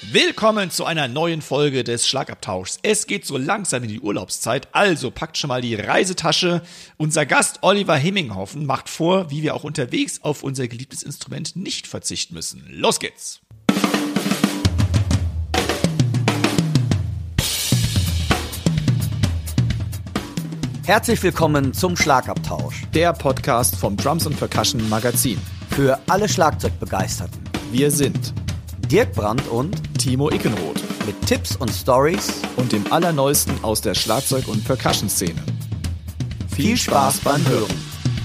Willkommen zu einer neuen Folge des Schlagabtauschs. Es geht so langsam in die Urlaubszeit, also packt schon mal die Reisetasche. Unser Gast Oliver Hemminghoffen macht vor, wie wir auch unterwegs auf unser geliebtes Instrument nicht verzichten müssen. Los geht's! Herzlich willkommen zum Schlagabtausch. Der Podcast vom Drums & Percussion Magazin. Für alle Schlagzeugbegeisterten. Wir sind Dirk Brandt und Timo Ickenroth mit Tipps und Stories und dem Allerneuesten aus der Schlagzeug- und Percussion-Szene. Viel Spaß beim Hören.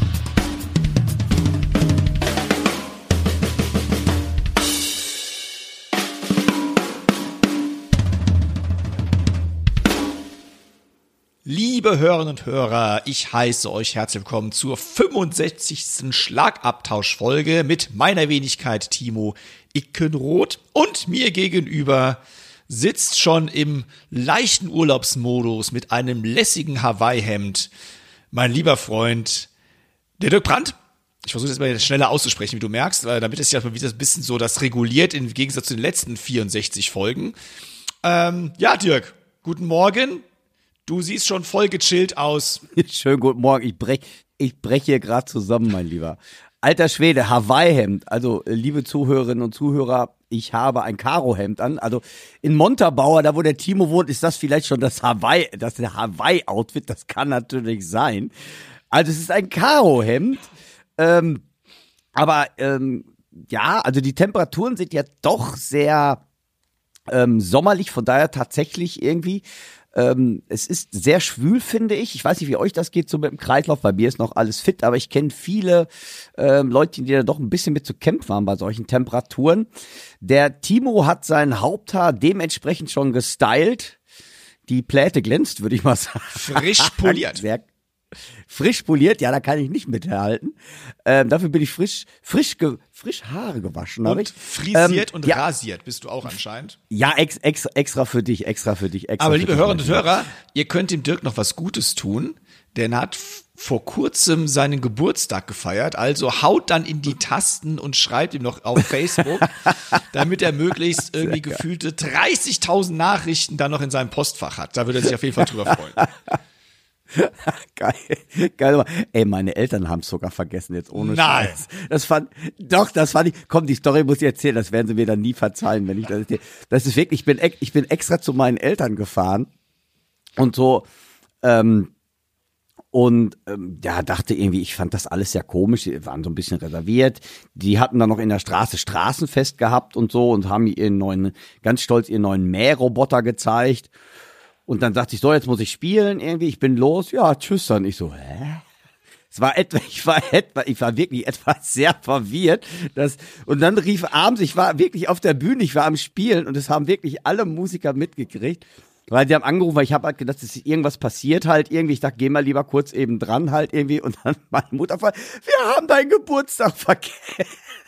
Liebe Hörerinnen und Hörer, ich heiße euch herzlich willkommen zur 65. Schlagabtauschfolge mit meiner Wenigkeit Timo Ickenroth. Und mir gegenüber sitzt schon im leichten Urlaubsmodus mit einem lässigen Hawaii-Hemd mein lieber Freund, der Dirk Brandt. Ich versuche das mal schneller auszusprechen, wie du merkst, weil damit ist ja wieder ein bisschen so das reguliert im Gegensatz zu den letzten 64 Folgen. Ja, Dirk, guten Morgen. Du siehst schon voll gechillt aus. Schönen guten Morgen. Ich brech hier gerade zusammen, mein Lieber. Alter Schwede, Hawaii-Hemd. Also, liebe Zuhörerinnen und Zuhörer, ich habe ein Karo-Hemd an. Also, in Montabaur, da wo der Timo wohnt, ist das vielleicht schon das Hawaii-Outfit. Das kann natürlich sein. Also, es ist ein Karo-Hemd. Aber also die Temperaturen sind ja doch sehr sommerlich. Von daher tatsächlich irgendwie. Es ist sehr schwül, finde ich. Ich weiß nicht, wie euch das geht, so mit dem Kreislauf. Bei mir ist noch alles fit, aber ich kenne viele Leute, die da doch ein bisschen mit zu kämpfen haben bei solchen Temperaturen. Der Timo hat sein Haupthaar dementsprechend schon gestylt. Die Pläte glänzt, würde ich mal sagen. Frisch poliert. Sehr frisch poliert, ja, da kann ich nicht mithalten. Dafür bin ich frisch Haare gewaschen. Und frisiert und rasiert bist du auch anscheinend. Ja, extra für dich. Aber liebe Hörerinnen und Hörer, ihr könnt dem Dirk noch was Gutes tun. Der hat vor kurzem seinen Geburtstag gefeiert, also haut dann in die Tasten und schreibt ihm noch auf Facebook, damit er möglichst irgendwie gefühlte 30.000 Nachrichten dann noch in seinem Postfach hat. Da würde er sich auf jeden Fall drüber freuen. Geil. Ey, meine Eltern haben es sogar vergessen, jetzt ohne Nein. Scheiß. Das fand ich, komm, die Story muss ich erzählen, das werden sie mir dann nie verzeihen, wenn ich das erzähle. Das ist wirklich, ich bin extra zu meinen Eltern gefahren und so, dachte irgendwie, ich fand das alles sehr komisch, die waren so ein bisschen reserviert, die hatten dann noch in der Straße Straßenfest gehabt und so und haben ganz stolz ihren neuen Mähroboter gezeigt. Und dann dachte ich, so, jetzt muss ich spielen irgendwie, ich bin los, ja, tschüss dann. Ich so, hä? Ich war wirklich etwas sehr verwirrt. Und dann rief abends, ich war wirklich auf der Bühne, ich war am Spielen und es haben wirklich alle Musiker mitgekriegt, weil die haben angerufen, weil ich habe halt gedacht, dass irgendwas passiert halt irgendwie. Ich dachte, geh mal lieber kurz eben dran halt irgendwie. Und dann meine Mutter fragt, wir haben deinen Geburtstag vergessen.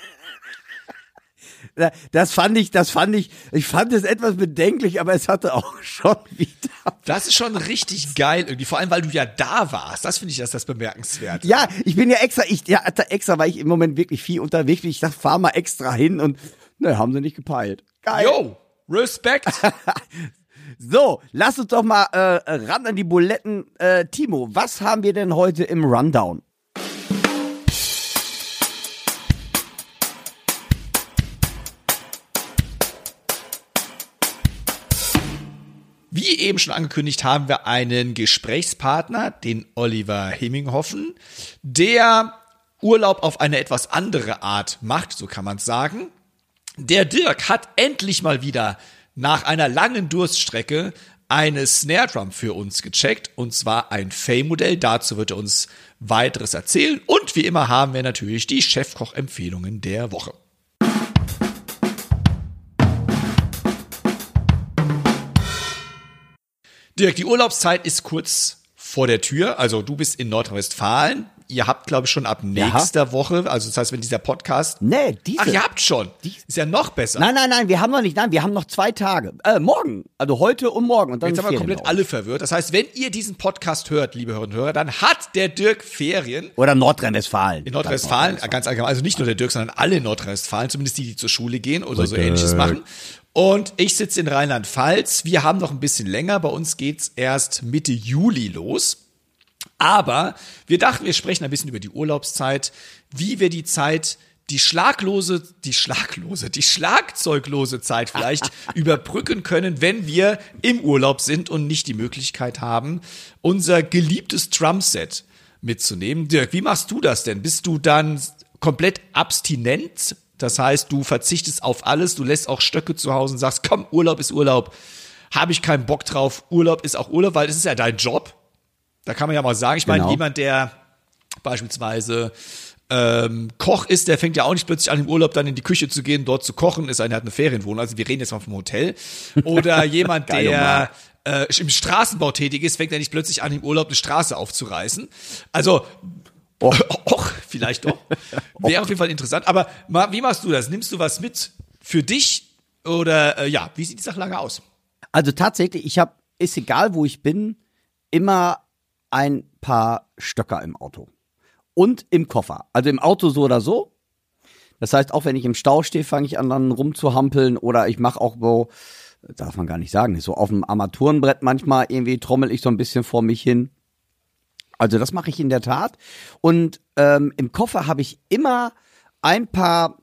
Ich fand es etwas bedenklich, aber es hatte auch schon wieder. Das ist schon richtig geil irgendwie, vor allem, weil du ja da warst. Das finde ich das bemerkenswert. Ja, ich bin ja extra, weil ich im Moment wirklich viel unterwegs bin. Ich dachte, fahr mal extra hin und, haben sie nicht gepeilt. Geil. Yo, Respekt. So, lass uns doch mal ran an die Buletten. Timo, was haben wir denn heute im Rundown? Wie eben schon angekündigt, haben wir einen Gesprächspartner, den Oliver Hemminghoffen, der Urlaub auf eine etwas andere Art macht, so kann man es sagen. Der Dirk hat endlich mal wieder nach einer langen Durststrecke eine Snare Drum für uns gecheckt, und zwar ein Fey-Modell. Dazu wird er uns weiteres erzählen. Und wie immer haben wir natürlich die Chefkoch-Empfehlungen der Woche. Dirk, die Urlaubszeit ist kurz vor der Tür. Also du bist in Nordrhein-Westfalen. ihr habt, glaube ich, schon ab nächster Woche, also das heißt, wenn dieser Podcast... Nee, diese. Ach, ihr habt schon. Ist ja noch besser. Nein, wir haben noch nicht. Nein, wir haben noch 2 Tage. Morgen. Also heute und morgen. Und dann Jetzt haben wir komplett alle verwirrt. Das heißt, wenn ihr diesen Podcast hört, liebe Hörerinnen und Hörer, dann hat der Dirk Ferien. Oder Nordrhein-Westfalen. In Nordrhein-Westfalen, ganz allgemein. Also nicht nur der Dirk, sondern alle in Nordrhein-Westfalen, zumindest die, die zur Schule gehen oder so Ähnliches machen. Und ich sitze in Rheinland-Pfalz. Wir haben noch ein bisschen länger. Bei uns geht's erst Mitte Juli los. Aber wir dachten, wir sprechen ein bisschen über die Urlaubszeit, wie wir die Zeit, die schlagzeuglose Zeit vielleicht überbrücken können, wenn wir im Urlaub sind und nicht die Möglichkeit haben, unser geliebtes Drumset mitzunehmen. Dirk, wie machst du das denn? Bist du dann komplett abstinent? Das heißt, du verzichtest auf alles, du lässt auch Stöcke zu Hause und sagst, komm, Urlaub ist Urlaub, habe ich keinen Bock drauf, Urlaub ist auch Urlaub, weil es ist ja dein Job. Da kann man ja mal sagen, ich meine, jemand, der beispielsweise Koch ist, der fängt ja auch nicht plötzlich an, im Urlaub dann in die Küche zu gehen, dort zu kochen, er hat eine Ferienwohnung, also wir reden jetzt mal vom Hotel. Oder jemand, der im Straßenbau tätig ist, fängt ja nicht plötzlich an, im Urlaub eine Straße aufzureißen. Also, vielleicht doch. Wäre auf jeden Fall interessant. Aber wie machst du das? Nimmst du was mit für dich? Oder wie sieht die Sachlage aus? Also tatsächlich, ist egal, wo ich bin, immer ein paar Stöcker im Auto. Und im Koffer. Also im Auto so oder so. Das heißt, auch wenn ich im Stau stehe, fange ich an, dann rumzuhampeln. Oder ich mache auch so, darf man gar nicht sagen, so auf dem Armaturenbrett manchmal irgendwie trommel ich so ein bisschen vor mich hin. Also das mache ich in der Tat. Und im Koffer habe ich immer ein paar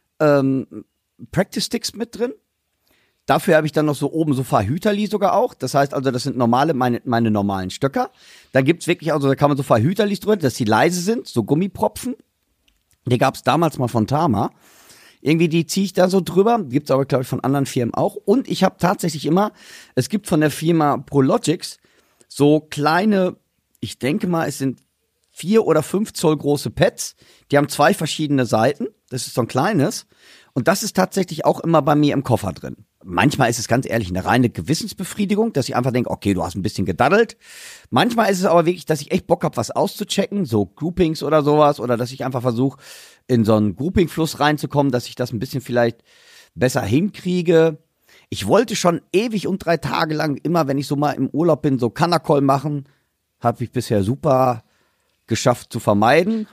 Practice-Sticks mit drin. Dafür habe ich dann noch so oben so Verhüterli sogar auch. Das heißt also, das sind meine normalen Stöcker. Da gibt's wirklich, also da kann man so Verhüterlis drüber, dass die leise sind, so Gummipropfen. Die gab's damals mal von Tama. Irgendwie die ziehe ich da so drüber. Gibt's aber, glaube ich, von anderen Firmen auch. Und ich habe tatsächlich immer, es gibt von der Firma Prologix so kleine, ich denke mal, es sind 4 oder 5 Zoll große Pads. Die haben 2 verschiedene Seiten. Das ist so ein kleines. Und das ist tatsächlich auch immer bei mir im Koffer drin. Manchmal ist es ganz ehrlich eine reine Gewissensbefriedigung, dass ich einfach denke, okay, du hast ein bisschen gedaddelt. Manchmal ist es aber wirklich, dass ich echt Bock habe, was auszuchecken, so Groupings oder sowas, oder dass ich einfach versuche, in so einen Grouping-Fluss reinzukommen, dass ich das ein bisschen vielleicht besser hinkriege. Ich wollte schon ewig und 3 Tage lang immer, wenn ich so mal im Urlaub bin, so Kanakol machen. Habe ich bisher super geschafft zu vermeiden.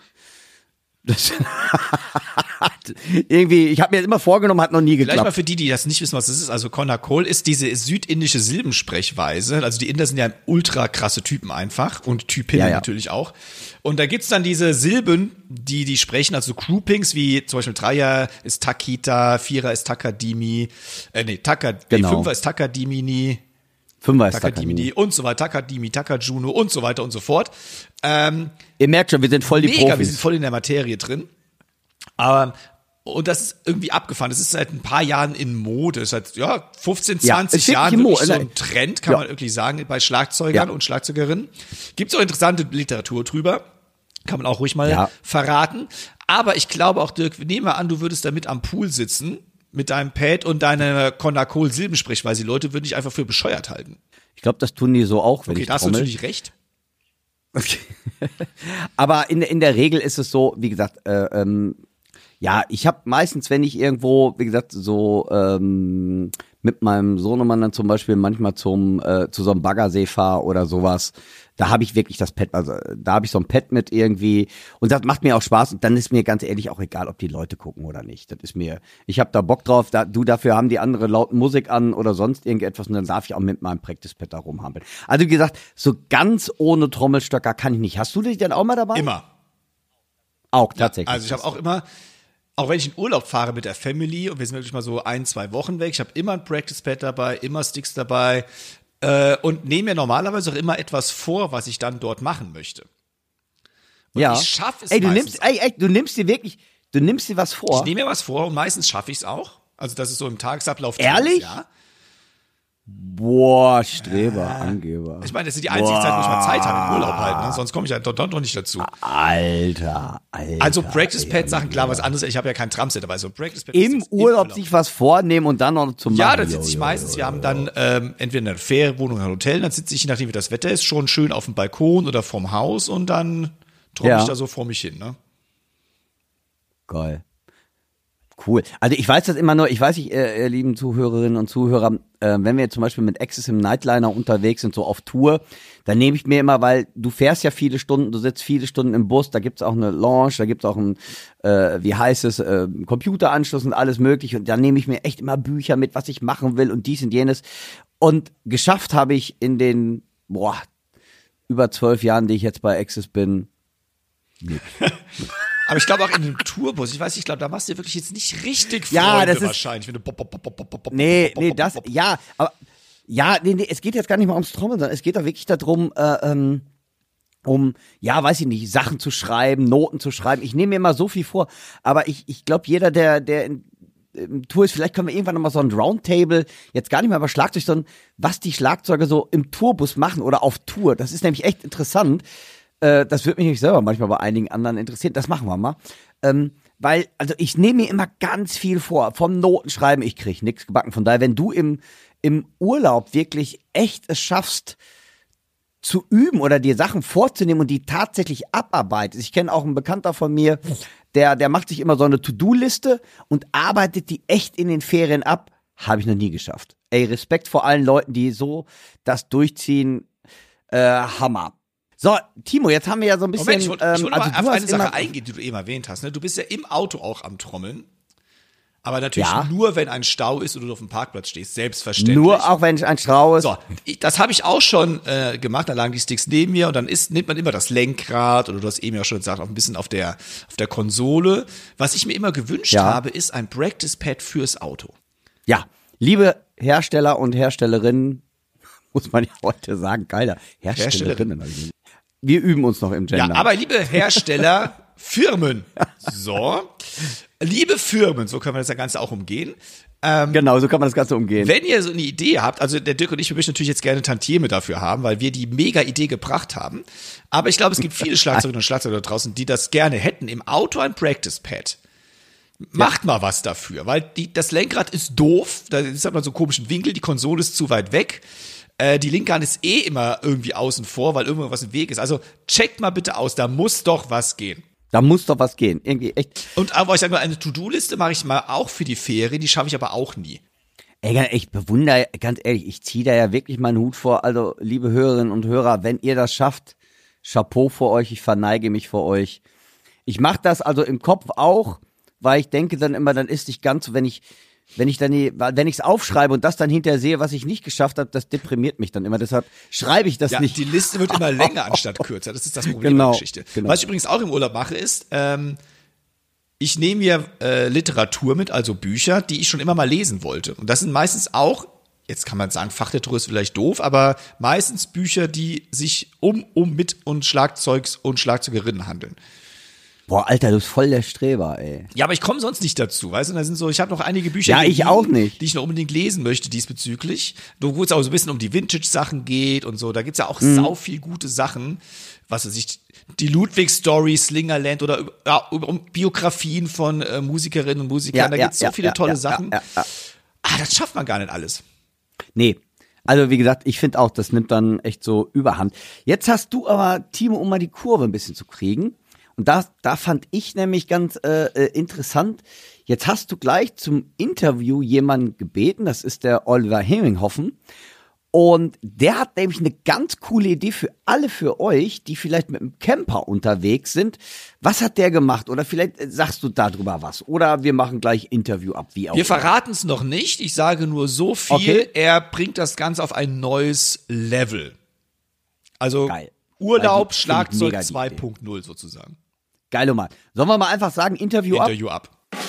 Das irgendwie, ich habe mir immer vorgenommen, hat noch nie geklappt. Vielleicht mal für die, die das nicht wissen, was das ist. Also Konakol ist diese südindische Silbensprechweise. Also die Inder sind ja ultra krasse Typen einfach und Typinnen natürlich auch. Und da gibt's dann diese Silben, die sprechen, also Groupings, wie zum Beispiel Dreier ist Takita, Vierer ist Takadimi, Fünfer ist Takadimini. Fünfer ist Takadimini und so weiter, Takadimi, Takajuno und so weiter und so fort. Ihr merkt schon, wir sind voll die Profis. Wir sind voll in der Materie drin. Und das ist irgendwie abgefahren. Das ist seit ein paar Jahren in Mode. Seit 15, 20 Jahren wirklich so ein Trend, kann man wirklich sagen, bei Schlagzeugern und Schlagzeugerinnen. Gibt's auch interessante Literatur drüber. Kann man auch ruhig mal verraten. Aber ich glaube auch, Dirk, nehmen wir an, du würdest da mit am Pool sitzen mit deinem Pad und deiner Konakol-Silbensprechweise. Die Leute würden dich einfach für bescheuert halten. Ich glaube, das tun die so auch, wenn ich da hast du natürlich recht. Okay. Aber in der Regel ist es so, wie gesagt, ich habe meistens, wenn ich irgendwo, wie gesagt, so mit meinem Sohnemann dann zum Beispiel manchmal zu so einem Baggersee fahre oder sowas, da habe ich wirklich das Pad, also da habe ich so ein Pad mit irgendwie und das macht mir auch Spaß und dann ist mir ganz ehrlich auch egal, ob die Leute gucken oder nicht. Das ist mir, ich habe da Bock drauf, dafür haben die andere laut Musik an oder sonst irgendetwas und dann darf ich auch mit meinem Practice-Pad da rumhampeln. Also wie gesagt, so ganz ohne Trommelstöcker kann ich nicht. Hast du dich denn auch mal dabei? Immer. Auch tatsächlich. Ja, also ich habe auch immer, auch wenn ich in Urlaub fahre mit der Family und wir sind wirklich mal so 1-2 Wochen weg, ich habe immer ein Practice-Pad dabei, immer Sticks dabei und nehme mir normalerweise auch immer etwas vor, was ich dann dort machen möchte. Und ich schaffe es du nimmst dir was vor. Ich nehme mir was vor und meistens schaffe ich es auch. Also das ist so im Tagesablauf. Ehrlich? Ja. Boah, Streber, Angeber. Ich meine, das ist die einzige Zeit, wo ich mal Zeit habe im Urlaub halt, ne? Sonst komme ich ja dort noch nicht dazu. Alter. Also Practice-Pad-Sachen, klar, was anderes. Ich habe ja kein Drumset dabei, so Practice-Pad. Im Urlaub sich was vornehmen und dann noch zum machen. Ja, da sitze ich meistens, wir haben dann entweder eine Ferienwohnung oder ein Hotel, dann sitze ich, je nachdem wie das Wetter ist, schon schön auf dem Balkon oder vorm Haus und dann trommel ich da so vor mich hin, ne? Geil. Cool. Also ich weiß das immer nur, ich weiß nicht, ihr lieben Zuhörerinnen und Zuhörer, wenn wir jetzt zum Beispiel mit Access im Nightliner unterwegs sind, so auf Tour, dann nehme ich mir immer, weil du fährst ja viele Stunden, du sitzt viele Stunden im Bus, da gibt's auch eine Lounge, da gibt's auch einen, Computeranschluss und alles mögliche, und dann nehme ich mir echt immer Bücher mit, was ich machen will und dies und jenes. Und geschafft habe ich in den, über 12 Jahren, die ich jetzt bei Access bin, nichts. Aber ich glaube auch in einem Tourbus, ich weiß nicht, ich glaube, da machst du wirklich jetzt nicht richtig Freunde Ja, das ist, wahrscheinlich, wenn du nee, das, ja, aber, ja, nee, es geht jetzt gar nicht mal ums Trommeln, sondern es geht doch wirklich darum, weiß ich nicht, Sachen zu schreiben, Noten zu schreiben. Ich nehme mir immer so viel vor, aber ich glaube, jeder, der in Tour ist, vielleicht können wir irgendwann nochmal so ein Roundtable, jetzt gar nicht mehr über Schlagzeug, sondern was die Schlagzeuger so im Tourbus machen oder auf Tour. Das ist nämlich echt interessant. Das würde mich nämlich selber manchmal bei einigen anderen interessieren. Das machen wir mal. Weil, also ich nehme mir immer ganz viel vor. Vom Notenschreiben, ich kriege nichts gebacken. Von daher, wenn du im Urlaub wirklich echt es schaffst, zu üben oder dir Sachen vorzunehmen und die tatsächlich abarbeitest. Ich kenne auch einen Bekannter von mir, der macht sich immer so eine To-Do-Liste und arbeitet die echt in den Ferien ab. Habe ich noch nie geschafft. Ey, Respekt vor allen Leuten, die so das durchziehen. Hammer. So, Timo, jetzt haben wir ja so ein bisschen. Moment, ich wollte mal auf eine Sache eingehen, die du eben erwähnt hast. Ne? Du bist ja im Auto auch am Trommeln. Aber natürlich nur, wenn ein Stau ist oder du auf dem Parkplatz stehst, selbstverständlich. Nur auch, wenn ein Stau ist. So, das habe ich auch schon gemacht. Da lagen die Sticks neben mir und dann nimmt man immer das Lenkrad oder du hast eben ja schon gesagt, auch ein bisschen auf der Konsole. Was ich mir immer gewünscht habe, ist ein Practice Pad fürs Auto. Ja, liebe Hersteller und Herstellerinnen, muss man ja heute sagen, geiler. Herstellerinnen. Wir üben uns noch im Gender. Ja, aber liebe Hersteller, Firmen. So. Liebe Firmen, so können wir das Ganze auch umgehen. Genau, so kann man das Ganze umgehen. Wenn ihr so eine Idee habt, also der Dirk und ich, wir möchten natürlich jetzt gerne Tantieme dafür haben, weil wir die mega Idee gebracht haben. Aber ich glaube, es gibt viele Schlagzeugerinnen und Schlagzeuger da draußen, die das gerne hätten. Im Auto ein Practice Pad. Macht mal was dafür, weil das Lenkrad ist doof. Da ist halt mal so einen komischen Winkel, die Konsole ist zu weit weg. Die linke Hand ist immer irgendwie außen vor, weil irgendwas im Weg ist. Also checkt mal bitte aus, da muss doch was gehen. Da muss doch was gehen, irgendwie echt. Und aber ich sage mal, eine To-Do-Liste mache ich mal auch für die Ferien, die schaffe ich aber auch nie. Ey, ich bewundere, ganz ehrlich, ich ziehe da ja wirklich meinen Hut vor. Also, liebe Hörerinnen und Hörer, wenn ihr das schafft, Chapeau vor euch, ich verneige mich vor euch. Ich mache das also im Kopf auch, weil ich denke dann immer, dann ist nicht ganz so, wenn ich es aufschreibe und das dann hinterher sehe, was ich nicht geschafft habe, das deprimiert mich dann immer. Deshalb schreibe ich das nicht. Die Liste wird immer länger anstatt kürzer. Das ist das Problem der Geschichte. Genau. Was ich übrigens auch im Urlaub mache, ist, ich nehme mir Literatur mit, also Bücher, die ich schon immer mal lesen wollte. Und das sind meistens auch, jetzt kann man sagen, Fachliteratur ist vielleicht doof, aber meistens Bücher, die sich mit und Schlagzeugs und Schlagzeugerinnen handeln. Boah, Alter, du bist voll der Streber, ey. Ja, aber ich komme sonst nicht dazu, weißt du? Da sind so, ich habe noch einige Bücher, ich auch nicht, die ich noch unbedingt lesen möchte diesbezüglich. Wo es auch so ein bisschen um die Vintage-Sachen geht und so. Da gibt's ja auch sau viel gute Sachen, was weiß ich, die Ludwig-Story, Slingerland oder um Biografien von Musikerinnen und Musikern. Da gibt's so viele tolle Sachen. Das schafft man gar nicht alles. Nee. Also wie gesagt, ich finde auch, das nimmt dann echt so Überhand. Jetzt hast du aber, Timo, um mal die Kurve ein bisschen zu kriegen. Und da fand ich nämlich ganz interessant, jetzt hast du gleich zum Interview jemanden gebeten, das ist der Oliver Heminghoffen. Und der hat nämlich eine ganz coole Idee für euch, die vielleicht mit einem Camper unterwegs sind. Was hat der gemacht? Oder vielleicht sagst du darüber was. Oder wir machen gleich Interview ab, wie auch. Wir verraten es noch nicht, ich sage nur so viel, okay. Er bringt das Ganze auf ein neues Level. Also geil. Urlaub, Schlagzeug 2.0 sozusagen. Geil, Mann. Sollen wir mal einfach sagen, Interview ab?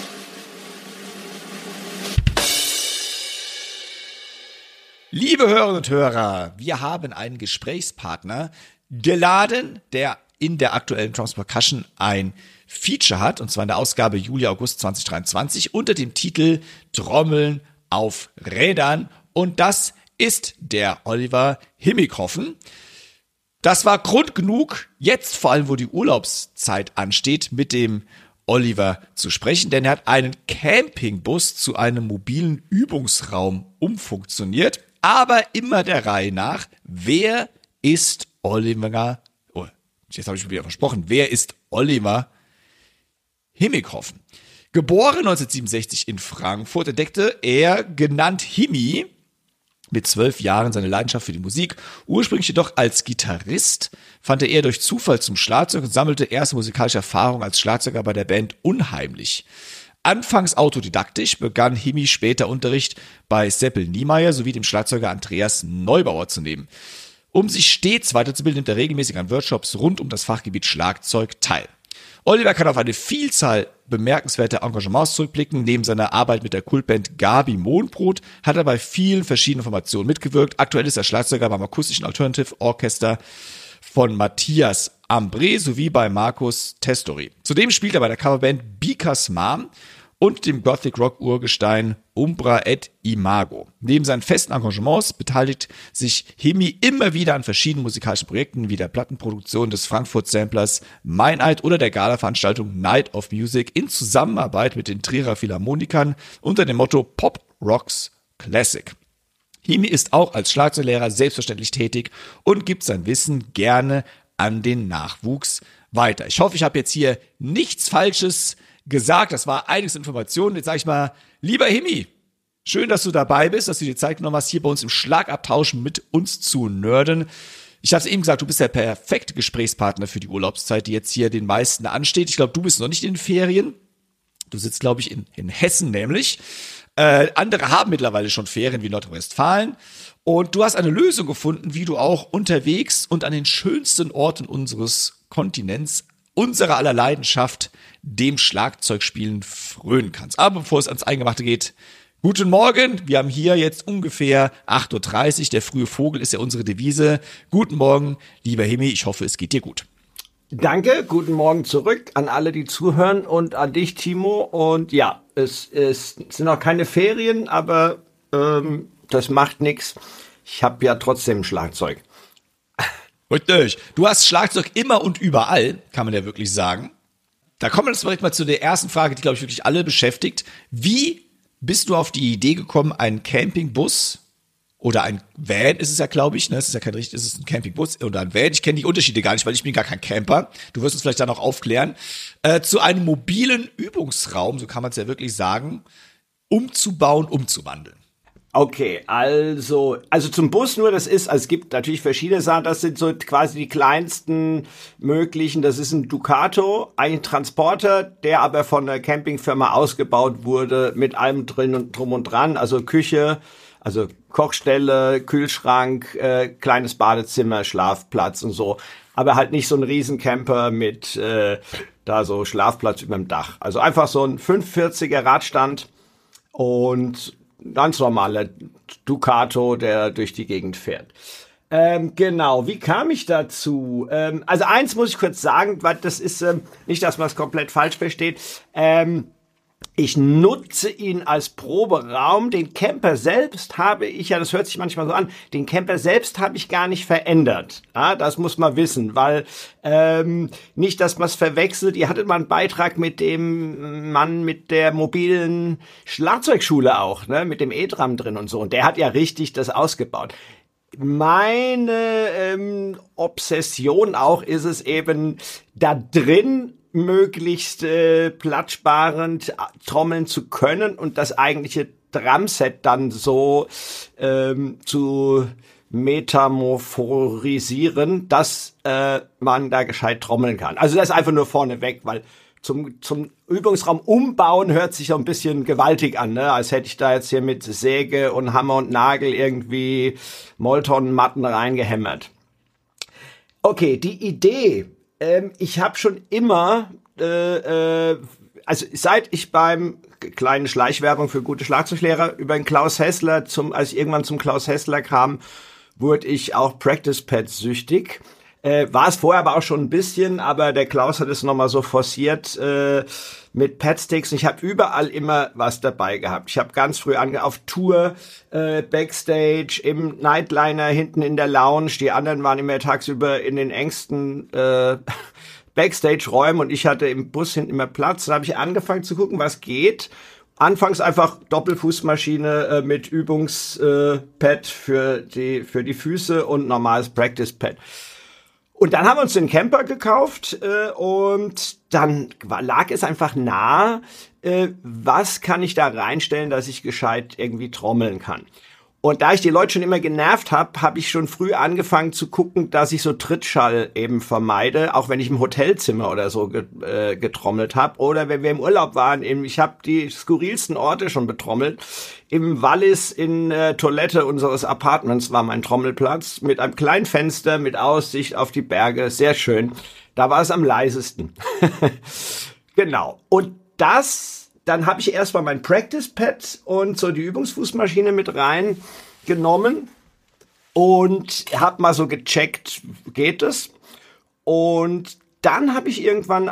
Liebe Hörerinnen und Hörer, wir haben einen Gesprächspartner geladen, der in der aktuellen Drums Percussion ein Feature hat, und zwar in der Ausgabe Juli-August 2023 unter dem Titel Trommeln auf Rädern. Und das ist der Oliver Heminghoffen. Das war Grund genug, jetzt vor allem, wo die Urlaubszeit ansteht, mit dem Oliver zu sprechen, denn er hat einen Campingbus zu einem mobilen Übungsraum umfunktioniert, aber immer der Reihe nach. Wer ist Oliver jetzt habe ich schon wieder versprochen, wer ist Oliver Himmighoffen? Geboren 1967 in Frankfurt, entdeckte er, genannt Himi, mit 12 Jahren seine Leidenschaft für die Musik. Ursprünglich jedoch als Gitarrist fand er eher durch Zufall zum Schlagzeug und sammelte erste musikalische Erfahrung als Schlagzeuger bei der Band Unheimlich. Anfangs autodidaktisch begann Himi später Unterricht bei Seppel Niemeyer sowie dem Schlagzeuger Andreas Neubauer zu nehmen. Um sich stets weiterzubilden, nimmt er regelmäßig an Workshops rund um das Fachgebiet Schlagzeug teil. Oliver kann auf eine Vielzahl bemerkenswerter Engagements zurückblicken. Neben seiner Arbeit mit der Kultband Gabi Mohnbrot hat er bei vielen verschiedenen Formationen mitgewirkt. Aktuell ist er Schlagzeuger beim akustischen Alternative Orchester von Matthias Ambré sowie bei Markus Testori. Zudem spielt er bei der Coverband Bikas Mom und dem Gothic Rock Urgestein Umbra et Imago. Neben seinen festen Engagements beteiligt sich Himi immer wieder an verschiedenen musikalischen Projekten wie der Plattenproduktion des Frankfurt Samplers Meineid oder der Gala-Veranstaltung Night of Music in Zusammenarbeit mit den Trierer Philharmonikern unter dem Motto Pop Rocks Classic. Himi ist auch als Schlagzeuglehrer selbstverständlich tätig und gibt sein Wissen gerne an den Nachwuchs weiter. Ich hoffe, ich habe jetzt hier nichts Falsches gesagt. Das war einiges Informationen. Jetzt sage ich mal, lieber Himi, schön, dass du dabei bist, dass du dir Zeit genommen hast, hier bei uns im Schlagabtausch mit uns zu nerden. Ich habe es eben gesagt, du bist der perfekte Gesprächspartner für die Urlaubszeit, die jetzt hier den meisten ansteht. Ich glaube, du bist noch nicht in den Ferien. Du sitzt, glaube ich, in Hessen nämlich. Andere haben mittlerweile schon Ferien wie Nordrhein-Westfalen. Und du hast eine Lösung gefunden, wie du auch unterwegs und an den schönsten Orten unseres Kontinents, unserer aller Leidenschaft, dem Schlagzeugspielen frönen kannst. Aber bevor es ans Eingemachte geht, guten Morgen. Wir haben hier jetzt ungefähr 8:30 Uhr. Der frühe Vogel ist ja unsere Devise. Guten Morgen, lieber Himi. Ich hoffe, es geht dir gut. Danke, guten Morgen zurück an alle, die zuhören und an dich, Timo. Und ja, es sind noch keine Ferien, aber das macht nichts. Ich habe ja trotzdem ein Schlagzeug. Richtig. Du hast Schlagzeug immer und überall, kann man ja wirklich sagen. Da kommen wir jetzt direkt mal zu der ersten Frage, die, glaube ich, wirklich alle beschäftigt. Wie bist du auf die Idee gekommen, einen Campingbus oder ein Van ist es ja, glaube ich, ne? Es ist ja kein richtig, es ist ein Campingbus oder ein Van. Ich kenne die Unterschiede gar nicht, weil ich bin gar kein Camper. Du wirst uns vielleicht dann auch aufklären. Zu einem mobilen Übungsraum, so kann man es ja wirklich sagen, umzubauen, umzuwandeln. Okay, also zum Bus nur, also es gibt natürlich verschiedene Sachen, das sind so quasi die kleinsten möglichen, das ist ein Ducato, ein Transporter, der aber von der Campingfirma ausgebaut wurde, mit allem drum und dran, also Küche, also Kochstelle, Kühlschrank, kleines Badezimmer, Schlafplatz und so, aber halt nicht so ein Riesencamper mit da so Schlafplatz über dem Dach. Also einfach so ein 45er Radstand und ganz normaler Ducato, der durch die Gegend fährt. Genau, wie kam ich dazu? Also eins muss ich kurz sagen, weil das ist nicht, dass man es komplett falsch versteht. Ich nutze ihn als Proberaum. Den Camper selbst habe ich, ja, das hört sich manchmal so an, den Camper selbst habe ich gar nicht verändert. Ja, das muss man wissen, weil nicht, dass man es verwechselt. Ihr hattet mal einen Beitrag mit dem Mann mit der mobilen Schlagzeugschule auch, ne, mit dem E-Drum drin und so. Und der hat ja richtig das ausgebaut. Meine Obsession auch ist es eben, da drin möglichst platzsparend trommeln zu können und das eigentliche Drumset dann so zu metamorphorisieren, dass man da gescheit trommeln kann. Also das ist einfach nur vorneweg, weil zum Übungsraum umbauen hört sich so ein bisschen gewaltig an, ne? Als hätte ich da jetzt hier mit Säge und Hammer und Nagel irgendwie Molton-Matten reingehämmert. Okay, die Idee. Ich habe schon immer, also seit ich beim kleinen Schleichwerbung für gute Schlagzeuglehrer über den Klaus Hessler, als ich irgendwann zum Klaus Hessler kam, wurde ich auch Practice Pads süchtig. War es vorher aber auch schon ein bisschen, aber der Klaus hat es nochmal so forciert mit Padsticks. Ich habe überall immer was dabei gehabt. Ich habe ganz früh auf Tour, Backstage, im Nightliner, hinten in der Lounge. Die anderen waren immer tagsüber in den engsten Backstage-Räumen und ich hatte im Bus hinten immer Platz. Dann habe ich angefangen zu gucken, was geht. Anfangs einfach Doppelfußmaschine mit Übungspad für die Füße und normales Practice-Pad. Und dann haben wir uns den Camper gekauft und dann lag es einfach nahe, was kann ich da reinstellen, dass ich gescheit irgendwie trommeln kann. Und da ich die Leute schon immer genervt habe ich schon früh angefangen zu gucken, dass ich so Trittschall eben vermeide, auch wenn ich im Hotelzimmer oder so getrommelt habe. Oder wenn wir im Urlaub waren, ich habe die skurrilsten Orte schon betrommelt. Im Wallis in Toilette unseres Apartments war mein Trommelplatz mit einem kleinen Fenster mit Aussicht auf die Berge. Sehr schön. Da war es am leisesten. Genau. Und dann habe ich erstmal mein Practice Pad und so die Übungsfußmaschine mit reingenommen und habe mal so gecheckt, geht es? Und dann habe ich irgendwann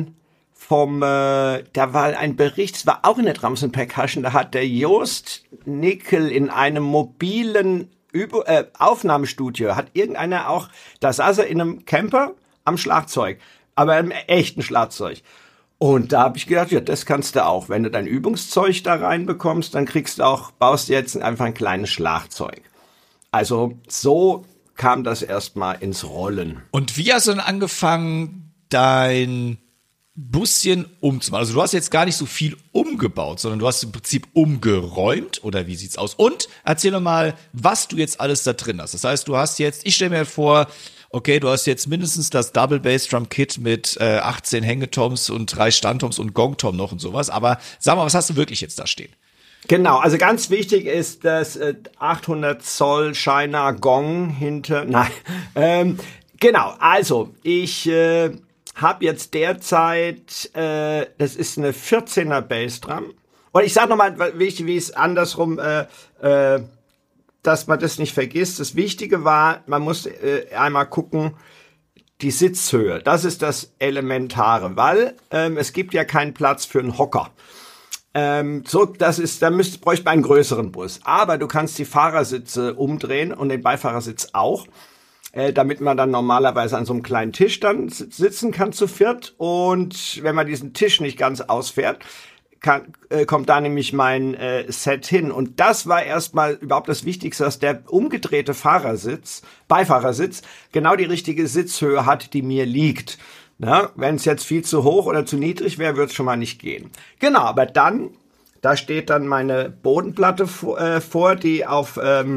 da war ein Bericht, es war auch in der Drums & Percussion, da hat der Joost Nickel in einem mobilen Aufnahmestudio, hat irgendeiner auch, da saß er in einem Camper am Schlagzeug, aber einem echten Schlagzeug. Und da habe ich gedacht, ja, das kannst du auch. Wenn du dein Übungszeug da reinbekommst, dann baust du jetzt einfach ein kleines Schlagzeug. Also so kam das erstmal ins Rollen. Und wie hast du dann angefangen, dein Buschen umzubauen? Also du hast jetzt gar nicht so viel umgebaut, sondern du hast im Prinzip umgeräumt, oder wie sieht's aus? Und erzähl doch mal, was du jetzt alles da drin hast. Das heißt, du hast jetzt, ich stelle mir vor, okay, du hast jetzt mindestens das Double Bass Drum Kit mit 18 Hängetoms und 3 Standtoms und Gongtom noch und sowas. Aber sag mal, was hast du wirklich jetzt da stehen? Genau, also ganz wichtig ist das 800 Zoll Shiner Gong hinter. Nein, genau. Also ich habe jetzt derzeit, das ist eine 14er Bassdrum. Und ich sag nochmal, wie es andersrum. Dass man das nicht vergisst. Das Wichtige war, man muss einmal gucken, die Sitzhöhe. Das ist das Elementare, weil es gibt ja keinen Platz für einen Hocker. Da bräuchte man einen größeren Bus. Aber du kannst die Fahrersitze umdrehen und den Beifahrersitz auch, damit man dann normalerweise an so einem kleinen Tisch dann sitzen kann zu viert. Und wenn man diesen Tisch nicht ganz ausfährt, kommt da nämlich mein Set hin. Und das war erstmal überhaupt das Wichtigste, dass der umgedrehte Beifahrersitz, genau die richtige Sitzhöhe hat, die mir liegt. Wenn es jetzt viel zu hoch oder zu niedrig wäre, würde es schon mal nicht gehen. Genau, aber da steht dann meine Bodenplatte vor, die auf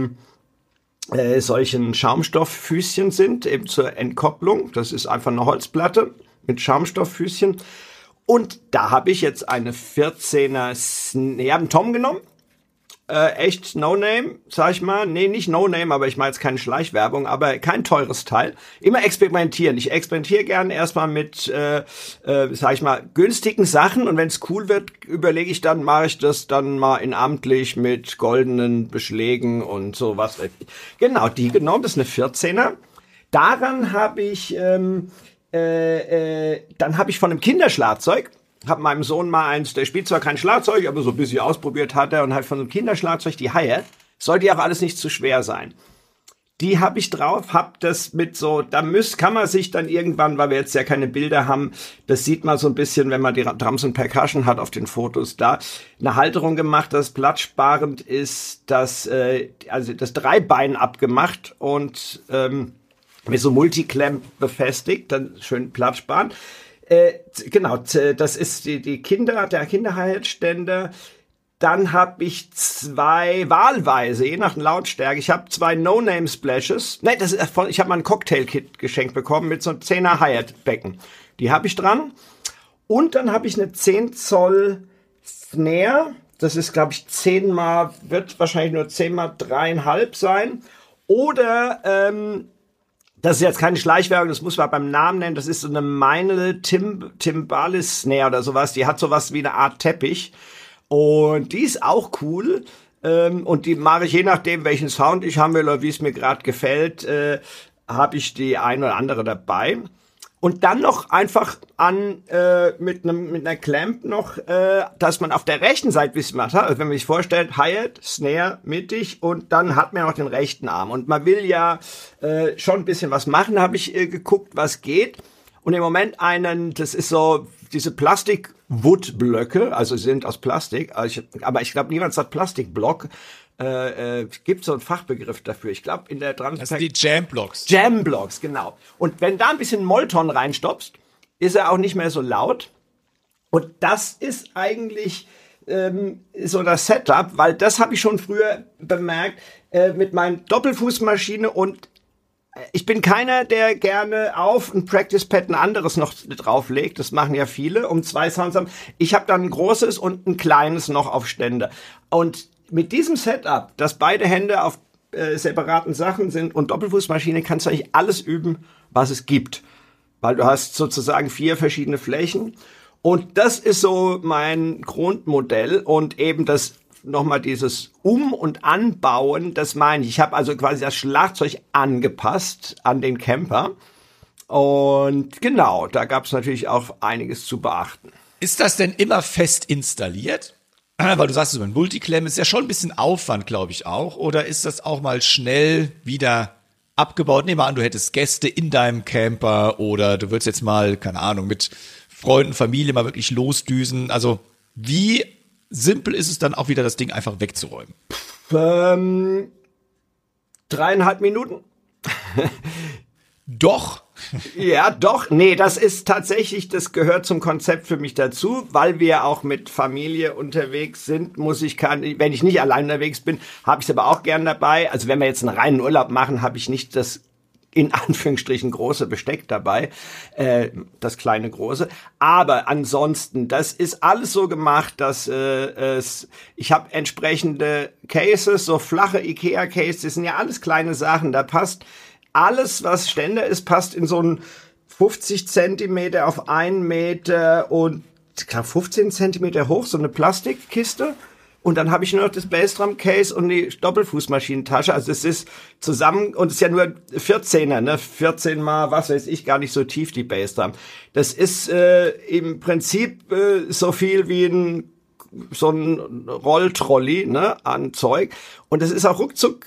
solchen Schaumstofffüßchen sind, eben zur Entkopplung. Das ist einfach eine Holzplatte mit Schaumstofffüßchen. Und da habe ich jetzt eine 14er, ich habe einen Tom genommen, echt No-Name, sag ich mal. Nee, nicht No-Name, aber ich mache jetzt keine Schleichwerbung, aber kein teures Teil. Immer experimentieren. Ich experimentiere gerne erstmal mit, sag ich mal, günstigen Sachen und wenn es cool wird, mache ich das dann mal in amtlich mit goldenen Beschlägen und sowas. Genau, die genommen, das ist eine 14er. Daran habe ich... dann habe ich von einem Kinderschlagzeug, habe meinem Sohn mal eins, der spielt zwar kein Schlagzeug, aber so ein bisschen ausprobiert hat er und halt von einem Kinderschlagzeug die Hi-Hat, soll die auch alles nicht zu schwer sein. Die habe ich drauf, hab das mit so, kann man sich dann irgendwann, weil wir jetzt ja keine Bilder haben, das sieht man so ein bisschen, wenn man die Drums & Percussion hat auf den Fotos da, eine Halterung gemacht, das platzsparend ist, also das Dreibein abgemacht und mit so Multiclamp befestigt, dann schön platzsparen. Genau, das ist der Kinderhaltständer. Dann habe ich 2 wahlweise, je nach Lautstärke. Ich habe 2 No-Name-Splashes. Nee, ich habe mal ein Cocktail-Kit geschenkt bekommen mit so 10er Hi-Hat-Becken. Die habe ich dran. Und dann habe ich eine 10 Zoll Snare. Das ist, glaube ich, wird wahrscheinlich nur 10 mal 3,5 sein. Oder, das ist jetzt keine Schleichwerbung, das muss man beim Namen nennen. Das ist so eine Meinl Timbalis Snare oder sowas. Die hat sowas wie eine Art Teppich. Und die ist auch cool. Und die mache ich je nachdem, welchen Sound ich haben will oder wie es mir gerade gefällt, habe ich die ein oder andere dabei. Und dann noch einfach mit einer Clamp noch, dass man auf der rechten Seite, wie es macht, also wenn man sich vorstellt, Hi-Hat, Snare, mittig und dann hat man noch den rechten Arm. Und man will ja schon ein bisschen was machen, habe ich geguckt, was geht. Und im Moment das ist so diese Plastik Woodblöcke, also sie sind aus Plastik, aber ich glaube, niemand sagt Plastikblock. Gibt so einen Fachbegriff dafür. Ich glaube, in der Das sind die Jamblocks. Jamblocks, genau. Und wenn da ein bisschen Molton reinstopfst, ist er auch nicht mehr so laut. Und das ist eigentlich so das Setup, weil das habe ich schon früher bemerkt mit meiner Doppelfußmaschine, und ich bin keiner, der gerne auf ein Practice Pad ein anderes noch drauflegt. Das machen ja viele, um 2 Sounds zu haben. Ich habe dann ein großes und ein kleines noch auf Ständer. Und mit diesem Setup, dass beide Hände auf separaten Sachen sind und Doppelfußmaschine, kannst du eigentlich alles üben, was es gibt. Weil du hast sozusagen 4 verschiedene Flächen. Und das ist so mein Grundmodell, und eben das nochmal dieses und Anbauen, das meine ich. Ich habe also quasi das Schlagzeug angepasst an den Camper. Und genau, da gab es natürlich auch einiges zu beachten. Ist das denn immer fest installiert? Weil du sagst, so ein Multiclam ist ja schon ein bisschen Aufwand, glaube ich auch. Oder ist das auch mal schnell wieder abgebaut? Nehmen wir an, du hättest Gäste in deinem Camper oder du würdest jetzt mal, keine Ahnung, mit Freunden, Familie mal wirklich losdüsen. Also wie simpel ist es dann auch wieder, das Ding einfach wegzuräumen? 3,5 Minuten. Doch. Ja, doch. Nee, das ist tatsächlich, das gehört zum Konzept für mich dazu, weil wir auch mit Familie unterwegs sind, wenn ich nicht allein unterwegs bin, habe ich es aber auch gern dabei. Also wenn wir jetzt einen reinen Urlaub machen, habe ich nicht das in Anführungsstrichen große Besteck dabei, das kleine große. Aber ansonsten, das ist alles so gemacht, dass ich habe entsprechende Cases, so flache Ikea-Cases, das sind ja alles kleine Sachen, da passt alles, was Ständer ist, passt in so einen 50 Zentimeter auf 1 Meter und ich glaube 15 Zentimeter hoch, so eine Plastikkiste. Und dann habe ich nur noch das Bassdrum-Case und die Doppelfußmaschinentasche. Also es ist zusammen, und es ist ja nur 14er, ne? 14 mal, was weiß ich, gar nicht so tief, die Bassdrum. Das ist im Prinzip so viel wie so ein Rolltrolley, ne, an Zeug. Und das ist auch ruckzuck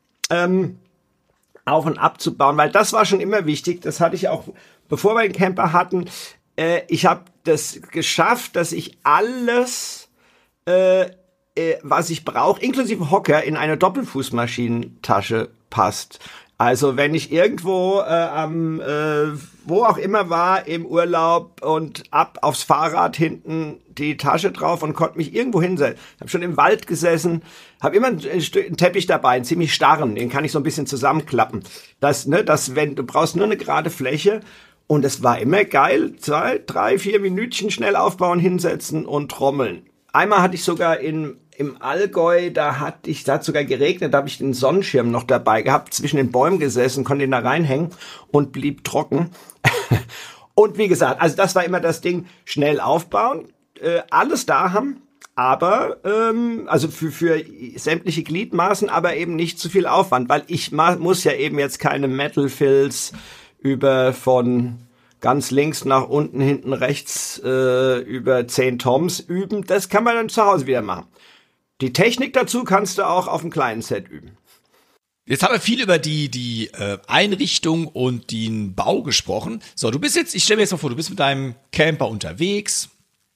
auf und ab zu bauen, weil das war schon immer wichtig. Das hatte ich auch, bevor wir den Camper hatten. Ich habe das geschafft, dass ich alles was ich brauche, inklusive Hocker, in eine Doppelfußmaschinentasche passt. Also wenn ich irgendwo wo auch immer war im Urlaub und ab aufs Fahrrad hinten die Tasche drauf und konnte mich irgendwo hinsetzen. Ich habe schon im Wald gesessen, habe immer einen Teppich dabei, einen ziemlich starren, den kann ich so ein bisschen zusammenklappen. Du brauchst nur eine gerade Fläche. Und es war immer geil, 2, 3, 4 Minütchen schnell aufbauen, hinsetzen und trommeln. Einmal hatte ich sogar im Allgäu, da hat sogar geregnet, da habe ich den Sonnenschirm noch dabei gehabt, zwischen den Bäumen gesessen, konnte ihn da reinhängen und blieb trocken. Und wie gesagt, also das war immer das Ding, schnell aufbauen, alles da haben, aber also für sämtliche Gliedmaßen, aber eben nicht zu viel Aufwand, weil ich muss ja eben jetzt keine Metal Fills von ganz links nach unten, hinten rechts über 10 Toms üben. Das kann man dann zu Hause wieder machen. Die Technik dazu kannst du auch auf einem kleinen Set üben. Jetzt haben wir viel über die Einrichtung und den Bau gesprochen. So, ich stelle mir jetzt mal vor, du bist mit deinem Camper unterwegs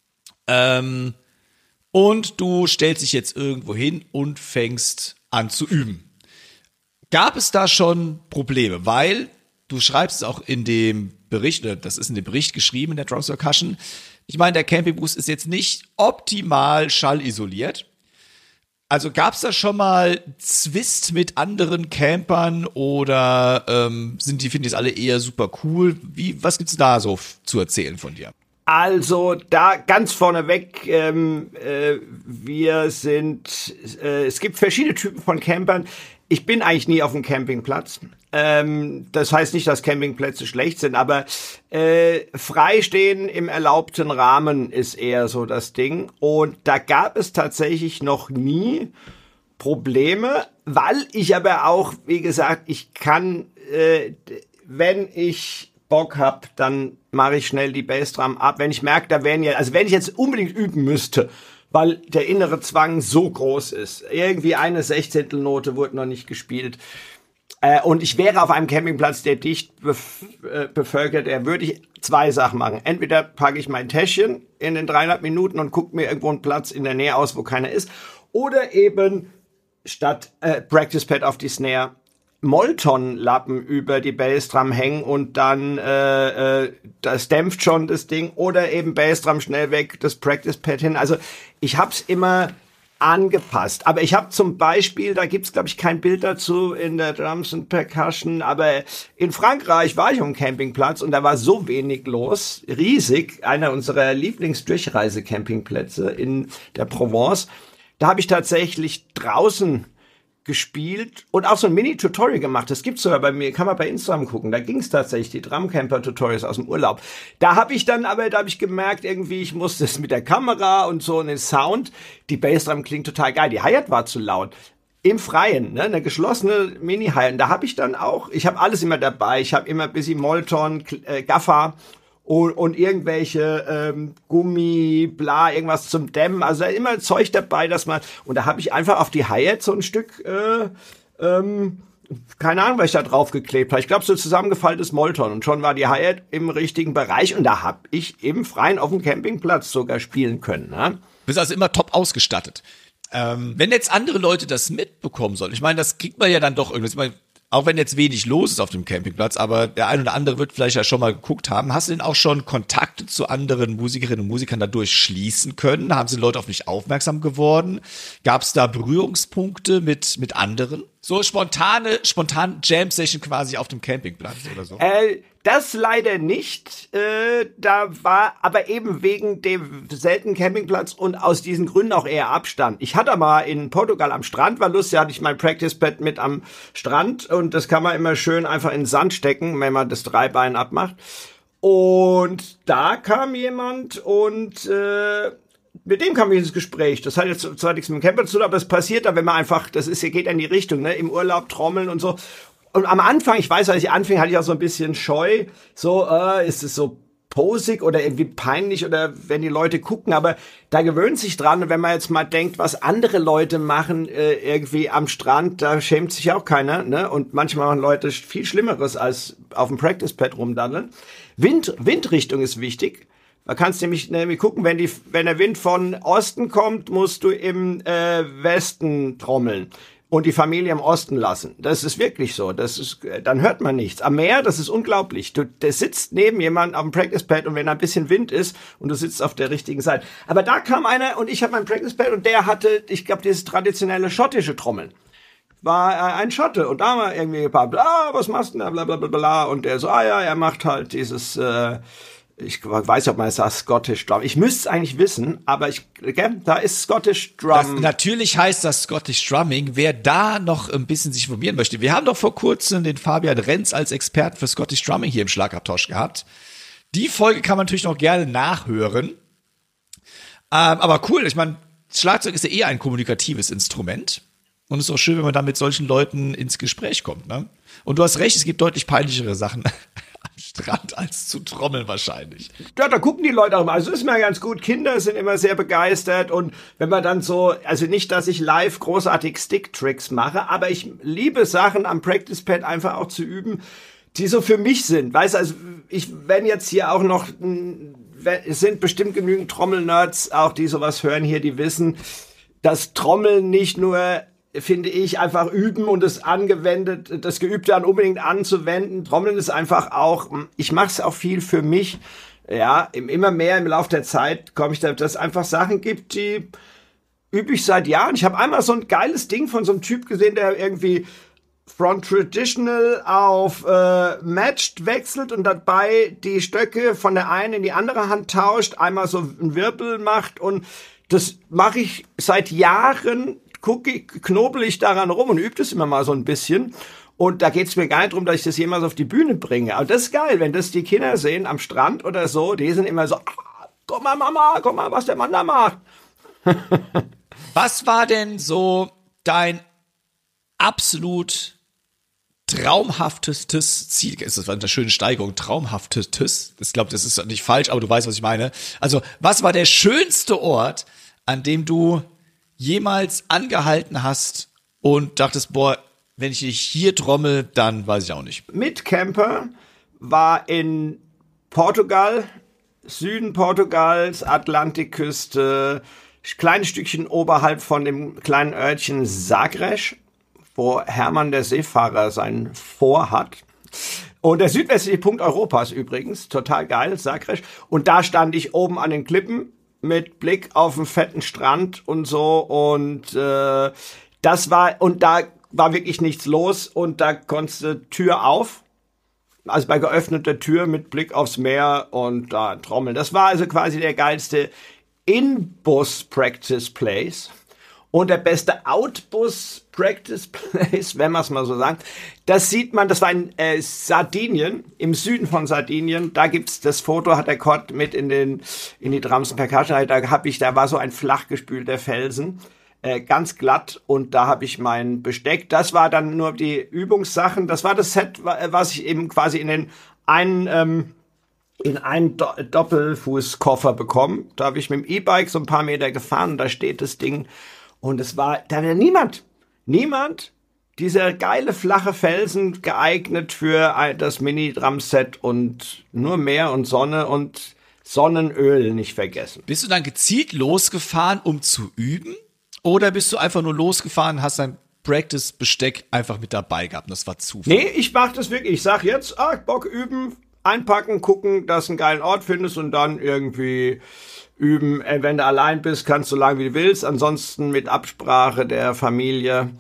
und du stellst dich jetzt irgendwo hin und fängst an zu üben. Gab es da schon Probleme? Weil du schreibst es auch in dem Bericht, oder das ist in dem Bericht geschrieben in der Drums Percussion. Ich meine, der Campingbus ist jetzt nicht optimal schallisoliert. Also gab es da schon mal Zwist mit anderen Campern oder finden die es alle eher super cool? Was gibt's da so zu erzählen von dir? Also da ganz vorneweg, es gibt verschiedene Typen von Campern. Ich bin eigentlich nie auf dem Campingplatz. Das heißt nicht, dass Campingplätze schlecht sind, aber freistehen im erlaubten Rahmen ist eher so das Ding. Und da gab es tatsächlich noch nie Probleme, weil ich aber auch, wie gesagt, ich kann, wenn ich Bock hab, dann mache ich schnell die Bassdrum ab. Wenn ich merke, wenn ich jetzt unbedingt üben müsste, weil der innere Zwang so groß ist. Irgendwie eine Sechzehntelnote wurde noch nicht gespielt. Und ich wäre auf einem Campingplatz, der dicht bevölkert, der würde ich 2 Sachen machen. Entweder packe ich mein Täschchen in den 3,5 Minuten und gucke mir irgendwo einen Platz in der Nähe aus, wo keiner ist. Oder eben statt Practice Pad auf die Snare Molton-Lappen über die Bassdrum hängen und dann das dämpft schon das Ding. Oder eben Bassdrum schnell weg, das Practice Pad hin. Also ich hab's immer angepasst. Aber ich habe zum Beispiel, da gibt's glaube ich kein Bild dazu in der Drums and Percussion, aber in Frankreich war ich auf einem Campingplatz und da war so wenig los, riesig, einer unserer Lieblingsdurchreise-Campingplätze in der Provence. Da habe ich tatsächlich draußen gespielt und auch so ein Mini-Tutorial gemacht. Das gibt's sogar bei mir, kann man bei Instagram gucken. Da ging's tatsächlich, die Drumcamper-Tutorials aus dem Urlaub. Da habe ich gemerkt, irgendwie, ich muss das mit der Kamera und so und den Sound. Die Bassdrum klingt total geil. Die Hi-Hat war zu laut. Im Freien, ne, eine geschlossene Mini-Hi-Hat. Und da habe ich dann auch, ich habe alles immer dabei. Ich habe immer ein bisschen Molton, Gaffer und irgendwelche Gummi, bla, irgendwas zum Dämmen. Also da immer Zeug dabei, dass man... Und da habe ich einfach auf die Hi-Hat so ein Stück, keine Ahnung, was ich da drauf geklebt habe. Ich glaube, so zusammengefaltetes Molton. Und schon war die Hi-Hat im richtigen Bereich. Und da habe ich im Freien auf dem Campingplatz sogar spielen können. Ne? Bist also immer top ausgestattet. Wenn jetzt andere Leute das mitbekommen sollen, ich meine, das kriegt man ja dann doch irgendwas. Ich meine, auch wenn jetzt wenig los ist auf dem Campingplatz, aber der ein oder andere wird vielleicht ja schon mal geguckt haben. Hast du denn auch schon Kontakte zu anderen Musikerinnen und Musikern dadurch schließen können? Haben sie Leute auf dich aufmerksam geworden? Gab es da Berührungspunkte mit anderen? So spontane Jam-Session quasi auf dem Campingplatz oder so? Das leider nicht. Da war aber eben wegen dem seltenen Campingplatz und aus diesen Gründen auch eher Abstand. Ich hatte mal in Portugal am Strand, war lustig, hatte ich mein Practice-Pad mit am Strand und das kann man immer schön einfach in den Sand stecken, wenn man das Dreibein abmacht. Und da kam jemand und mit dem kam ich ins Gespräch. Das hat jetzt zwar nichts mit dem Camper zu tun, aber es passiert da, wenn man einfach, geht in die Richtung, ne, im Urlaub trommeln und so. Und am Anfang, ich weiß, als ich anfing, hatte ich auch so ein bisschen Scheu, so, ist es so posig oder irgendwie peinlich oder wenn die Leute gucken, aber da gewöhnt sich dran und wenn man jetzt mal denkt, was andere Leute machen, irgendwie am Strand, da schämt sich auch keiner, ne, und manchmal machen Leute viel Schlimmeres als auf dem Practice-Pad rumdaddeln. Windrichtung ist wichtig. Da kannst du nämlich gucken, wenn der Wind von Osten kommt, musst du im Westen trommeln und die Familie im Osten lassen. Das ist wirklich so. Dann hört man nichts. Am Meer, das ist unglaublich. Der sitzt neben jemand auf dem Practice-Pad und wenn da ein bisschen Wind ist und du sitzt auf der richtigen Seite. Aber da kam einer und ich habe mein Practice-Pad und der hatte, ich glaube, dieses traditionelle schottische Trommeln. War ein Schotte und da war irgendwie ein paar, bla, was machst du denn da, bla, bla, bla, bla. Und der so, ja, er macht halt dieses, ich weiß nicht, ob man es sagt, Scottish Drum. Ich müsste es eigentlich wissen, aber da ist Scottish Drum. Natürlich heißt das Scottish Drumming. Wer da noch ein bisschen sich informieren möchte, wir haben doch vor kurzem den Fabian Renz als Experten für Scottish Drumming hier im Schlagabtausch gehabt. Die Folge kann man natürlich noch gerne nachhören. Aber cool, ich meine, Schlagzeug ist ja eher ein kommunikatives Instrument. Und es ist auch schön, wenn man da mit solchen Leuten ins Gespräch kommt. Ne? Und du hast recht, es gibt deutlich peinlichere Sachen am Strand als zu trommeln wahrscheinlich. Ja, da gucken die Leute auch mal. Also ist mir ganz gut. Kinder sind immer sehr begeistert. Und wenn man dann so, also nicht, dass ich live großartig Stick-Tricks mache, aber ich liebe Sachen am Practice-Pad einfach auch zu üben, die so für mich sind. Weißt du, also wenn jetzt hier auch noch, es sind bestimmt genügend Trommel-Nerds, auch die sowas hören hier, die wissen, dass Trommeln nicht nur, finde ich, einfach üben und das Geübte dann unbedingt anzuwenden. Trommeln ist einfach auch, ich mache es auch viel für mich, ja, immer mehr im Laufe der Zeit komme ich da, dass es einfach Sachen gibt, die übe ich seit Jahren. Ich habe einmal so ein geiles Ding von so einem Typ gesehen, der irgendwie von Traditional auf Matched wechselt und dabei die Stöcke von der einen in die andere Hand tauscht, einmal so einen Wirbel macht und das mache ich seit Jahren, knobel ich daran rum und übe das immer mal so ein bisschen. Und da geht's mir gar nicht drum, dass ich das jemals auf die Bühne bringe. Aber das ist geil, wenn das die Kinder sehen am Strand oder so, die sind immer so, guck mal Mama, guck mal, was der Mann da macht. Was war denn so dein absolut traumhaftestes Ziel? Das war eine schöne Steigerung, traumhaftestes. Ich glaube, das ist nicht falsch, aber du weißt, was ich meine. Also, was war der schönste Ort, an dem du jemals angehalten hast und dachtest, boah, wenn ich nicht hier trommel, dann weiß ich auch nicht. Mit Camper war in Portugal, Süden Portugals, Atlantikküste, kleines Stückchen oberhalb von dem kleinen Örtchen Sagres, wo Hermann der Seefahrer sein Fort hat. Und der südwestliche Punkt Europas übrigens, total geil, Sagres. Und da stand ich oben an den Klippen mit Blick auf einen fetten Strand und so. Und da war wirklich nichts los. Und da konntest du Tür auf, also bei geöffneter Tür mit Blick aufs Meer und da trommeln. Das war also quasi der geilste In-Bus-Practice-Place. Und der beste Outbus-Practice-Place, wenn man es mal so sagt, das sieht man, das war in Sardinien, im Süden von Sardinien. Da gibt's das Foto, hat der Kurt mit in die Drums Percussion. Da war so ein flach gespülter Felsen, ganz glatt, und da habe ich mein Besteck. Das war dann nur die Übungssachen. Das war das Set, was ich eben quasi in einen Doppelfußkoffer bekommen. Da habe ich mit dem E-Bike so ein paar Meter gefahren und da steht das Ding. Und da war niemand, dieser geile flache Felsen geeignet für das Mini-Drum-Set und nur Meer und Sonne und Sonnenöl nicht vergessen. Bist du dann gezielt losgefahren, um zu üben? Oder bist du einfach nur losgefahren, hast dein Practice-Besteck einfach mit dabei gehabt und das war Zufall? Nee, ich mach das wirklich. Ich sag jetzt, Bock üben, einpacken, gucken, dass du einen geilen Ort findest und dann irgendwie üben. Wenn du allein bist, kannst du so lange wie du willst. Ansonsten mit Absprache der Familie,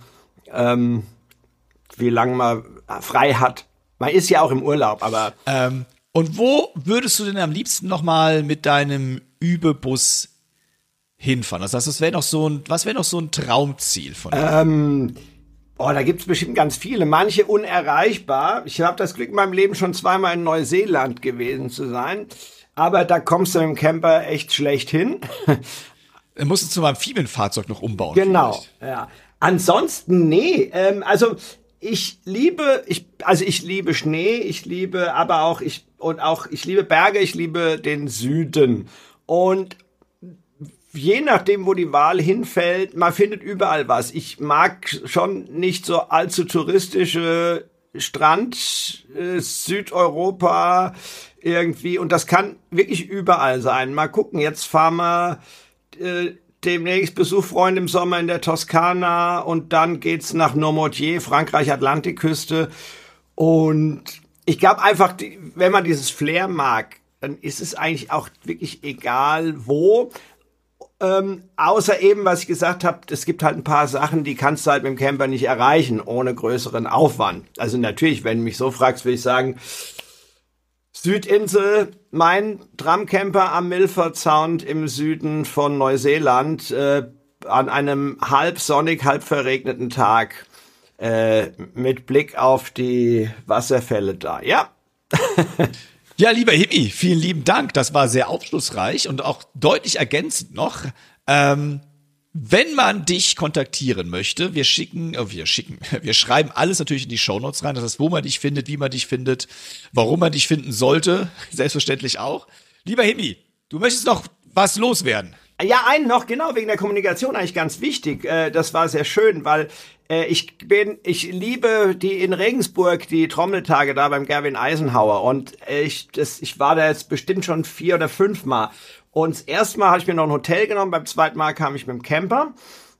wie lange man frei hat. Man ist ja auch im Urlaub, aber... Und wo würdest du denn am liebsten nochmal mit deinem Übebus hinfahren? Das heißt, was wäre noch so ein Traumziel von dir? Da gibt's bestimmt ganz viele, manche unerreichbar. Ich habe das Glück, in meinem Leben schon zweimal in Neuseeland gewesen zu sein. Aber da kommst du mit dem Camper echt schlecht hin. Du musst du zum Amphibienfahrzeug noch umbauen. Genau, vielleicht. ja. Ansonsten, nee. Ich liebe Schnee, ich liebe Berge, ich liebe den Süden. Und je nachdem, wo die Wahl hinfällt, man findet überall was. Ich mag schon nicht so allzu touristische Strand, Südeuropa irgendwie, und das kann wirklich überall sein. Mal gucken, jetzt fahren wir demnächst Besuch Freunde im Sommer in der Toskana und dann geht's nach Noirmoutier, Frankreich, Atlantikküste. Und ich glaube einfach, wenn man dieses Flair mag, dann ist es eigentlich auch wirklich egal wo. Außer eben, was ich gesagt habe, es gibt halt ein paar Sachen, die kannst du halt mit dem Camper nicht erreichen, ohne größeren Aufwand. Also natürlich, wenn du mich so fragst, würde ich sagen, Südinsel, mein Drumcamper am Milford Sound im Süden von Neuseeland, an einem halb sonnig, halb verregneten Tag, mit Blick auf die Wasserfälle da, ja. Ja, lieber Himmi, vielen lieben Dank. Das war sehr aufschlussreich und auch deutlich ergänzend noch. Wenn man dich kontaktieren möchte, wir schreiben alles natürlich in die Shownotes rein. Das heißt, wo man dich findet, wie man dich findet, warum man dich finden sollte, selbstverständlich auch. Lieber Himmi, du möchtest noch was loswerden. Ja, einen noch, genau, wegen der Kommunikation eigentlich ganz wichtig. Das war sehr schön, weil ich liebe die in Regensburg, die Trommeltage da beim Gerwin Eisenhower, und ich war da jetzt bestimmt schon 4 oder 5 Mal. Und das erste Mal habe ich mir noch ein Hotel genommen, beim zweiten Mal kam ich mit dem Camper.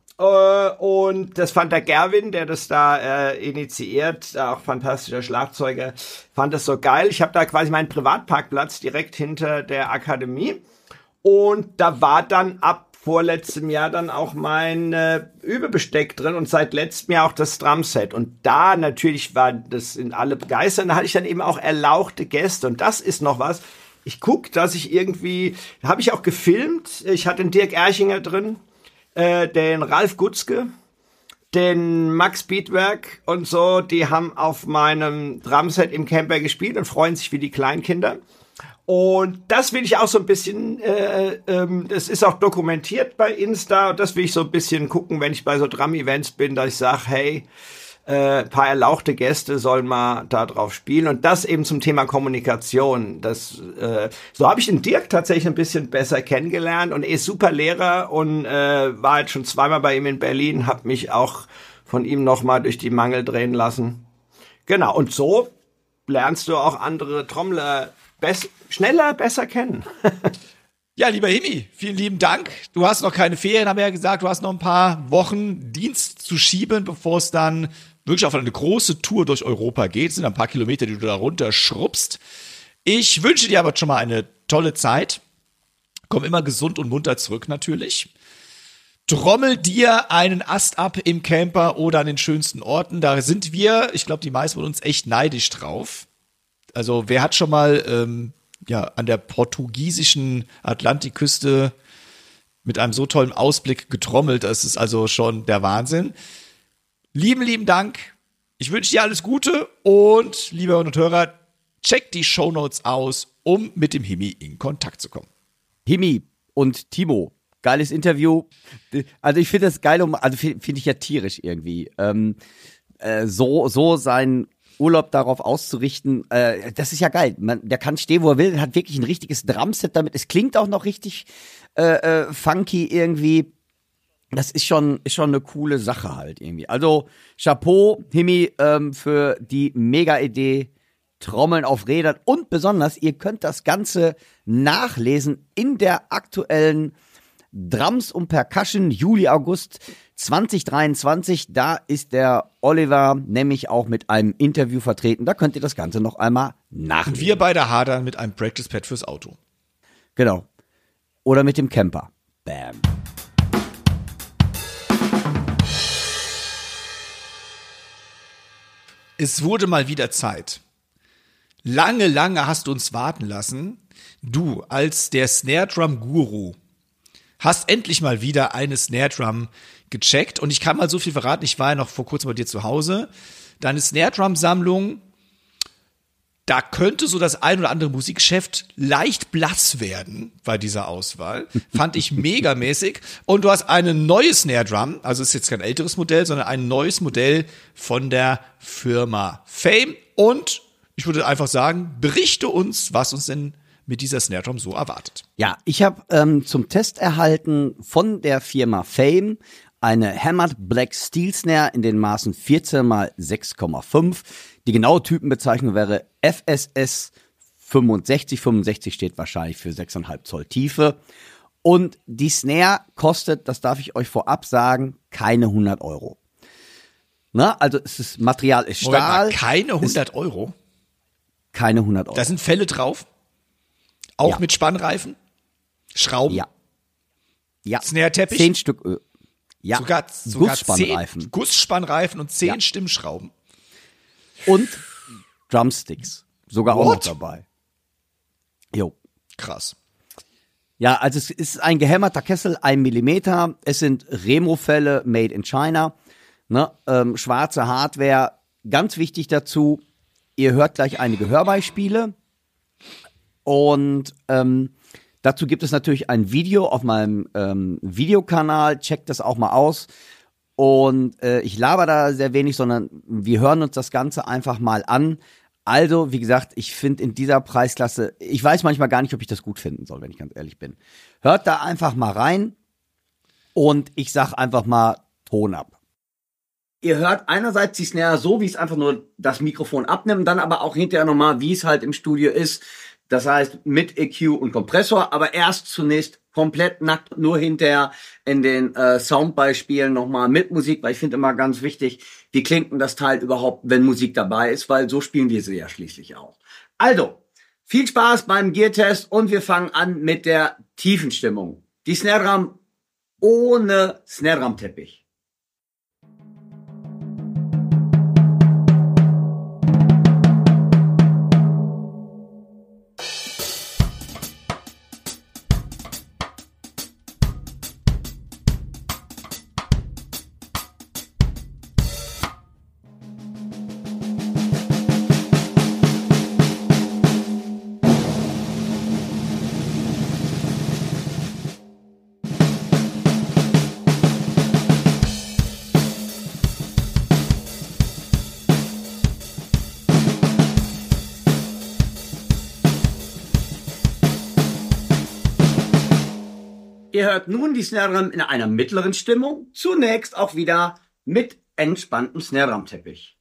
Und das fand der Gerwin, der das da initiiert, auch fantastischer Schlagzeuger, fand das so geil. Ich habe da quasi meinen Privatparkplatz direkt hinter der Akademie. Und da war dann ab vorletztem Jahr dann auch mein Übebesteck drin und seit letztem Jahr auch das Drumset. Und da natürlich war das in alle begeistert. Da hatte ich dann eben auch erlauchte Gäste. Und das ist noch was. Ich guck, dass ich irgendwie, da habe ich auch gefilmt. Ich hatte den Dirk Erchinger drin, den Ralf Gutzke, den Max Beatwerk und so. Die haben auf meinem Drumset im Camper gespielt und freuen sich wie die Kleinkinder. Und das will ich auch so ein bisschen, das ist auch dokumentiert bei Insta, und das will ich so ein bisschen gucken, wenn ich bei so Drum-Events bin, dass ich sage, hey, paar erlauchte Gäste sollen mal da drauf spielen, und das eben zum Thema Kommunikation. So habe ich den Dirk tatsächlich ein bisschen besser kennengelernt und er ist super Lehrer und war jetzt schon zweimal bei ihm in Berlin, habe mich auch von ihm nochmal durch die Mangel drehen lassen. Genau, und so lernst du auch andere Trommler schneller, besser kennen. Ja, lieber Himi, vielen lieben Dank. Du hast noch keine Ferien, haben wir ja gesagt. Du hast noch ein paar Wochen Dienst zu schieben, bevor es dann wirklich auf eine große Tour durch Europa geht. Es sind ein paar Kilometer, die du da runterschrubbst. Ich wünsche dir aber schon mal eine tolle Zeit. Komm immer gesund und munter zurück natürlich. Trommel dir einen Ast ab im Camper oder an den schönsten Orten. Da sind wir, ich glaube, die meisten von uns echt neidisch drauf. Also wer hat schon mal an der portugiesischen Atlantikküste mit einem so tollen Ausblick getrommelt? Das ist also schon der Wahnsinn. Lieben Dank. Ich wünsche dir alles Gute und, liebe Hörerinnen und Hörer, checkt die Shownotes aus, um mit dem Himi in Kontakt zu kommen. Himi und Timo, geiles Interview. Also ich finde das geil, finde ich ja tierisch irgendwie. So seinen Urlaub darauf auszurichten, das ist ja geil. Der kann stehen, wo er will, hat wirklich ein richtiges Drumset damit. Es klingt auch noch richtig funky irgendwie. Das ist schon eine coole Sache halt irgendwie. Also Chapeau, Himi, für die Mega-Idee, Trommeln auf Rädern. Und besonders, ihr könnt das Ganze nachlesen in der aktuellen Drums und Percussion Juli, August 2023. Da ist der Oliver nämlich auch mit einem Interview vertreten. Da könnt ihr das Ganze noch einmal nachlesen. Und wir beide hadern mit einem Practice-Pad fürs Auto. Genau. Oder mit dem Camper. Bam. Es wurde mal wieder Zeit. Lange hast du uns warten lassen. Du, als der Snare Drum Guru, hast endlich mal wieder eine Snare Drum gecheckt. Und ich kann mal so viel verraten, ich war ja noch vor kurzem bei dir zu Hause. Deine Snare Drum Sammlung, da könnte so das ein oder andere Musikgeschäft leicht blass werden bei dieser Auswahl. Fand ich megamäßig. Und du hast eine neue Snare Drum, also ist jetzt kein älteres Modell, sondern ein neues Modell von der Firma Fame. Und ich würde einfach sagen, berichte uns, was uns denn mit dieser Snare Drum so erwartet. Ja, ich habe zum Test erhalten von der Firma Fame eine Hammered Black Steel Snare in den Maßen 14 x 6,5. Die genaue Typenbezeichnung wäre FSS 65. 65 steht wahrscheinlich für 6,5 Zoll Tiefe. Und die Snare kostet, das darf ich euch vorab sagen, keine 100 Euro. Na, also Material ist Stahl. Moment mal, keine 100 Euro? Keine 100 Euro. Da sind Felle drauf? Auch Ja. mit Spannreifen? Schrauben? Ja. Snare-Teppich? 10 Stück. Ja. Sogar Gussspannreifen. 10 Gussspannreifen und 10 Ja. Stimmschrauben. Und Drumsticks. Sogar auch noch What? dabei. Jo. Krass. Ja, also es ist ein gehämmerter Kessel, 1 Millimeter. Es sind Remo-Felle made in China. Ne? Schwarze Hardware. Ganz wichtig dazu, ihr hört gleich einige Hörbeispiele. Und dazu gibt es natürlich ein Video auf meinem Videokanal. Checkt das auch mal aus. Und ich laber da sehr wenig, sondern wir hören uns das Ganze einfach mal an. Also, wie gesagt, ich finde in dieser Preisklasse, ich weiß manchmal gar nicht, ob ich das gut finden soll, wenn ich ganz ehrlich bin. Hört da einfach mal rein und ich sag einfach mal Ton ab. Ihr hört einerseits die Snare so, wie es einfach nur das Mikrofon abnimmt, dann aber auch hinterher nochmal, wie es halt im Studio ist. Das heißt, mit EQ und Kompressor, aber erst zunächst komplett nackt, nur hinterher in den Soundbeispielen nochmal mit Musik, weil ich finde immer ganz wichtig, wie klingt denn das Teil überhaupt, wenn Musik dabei ist, weil so spielen wir sie ja schließlich auch. Also, viel Spaß beim Gear-Test und wir fangen an mit der tiefen Stimmung. Die Snare Drum ohne Snare Drum Teppich. Ihr hört nun die Snare Drum in einer mittleren Stimmung, zunächst auch wieder mit entspannten Snare-Drum-Teppich.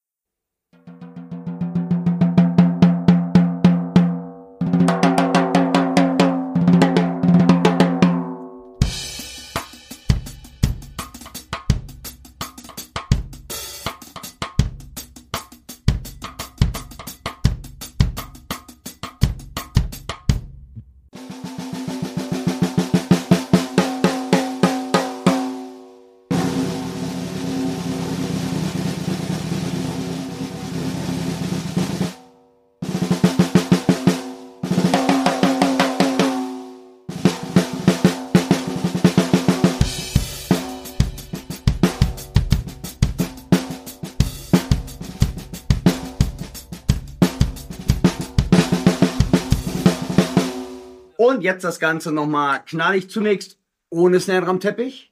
Und jetzt das Ganze nochmal knallig, zunächst ohne Snare-Drum-Teppich.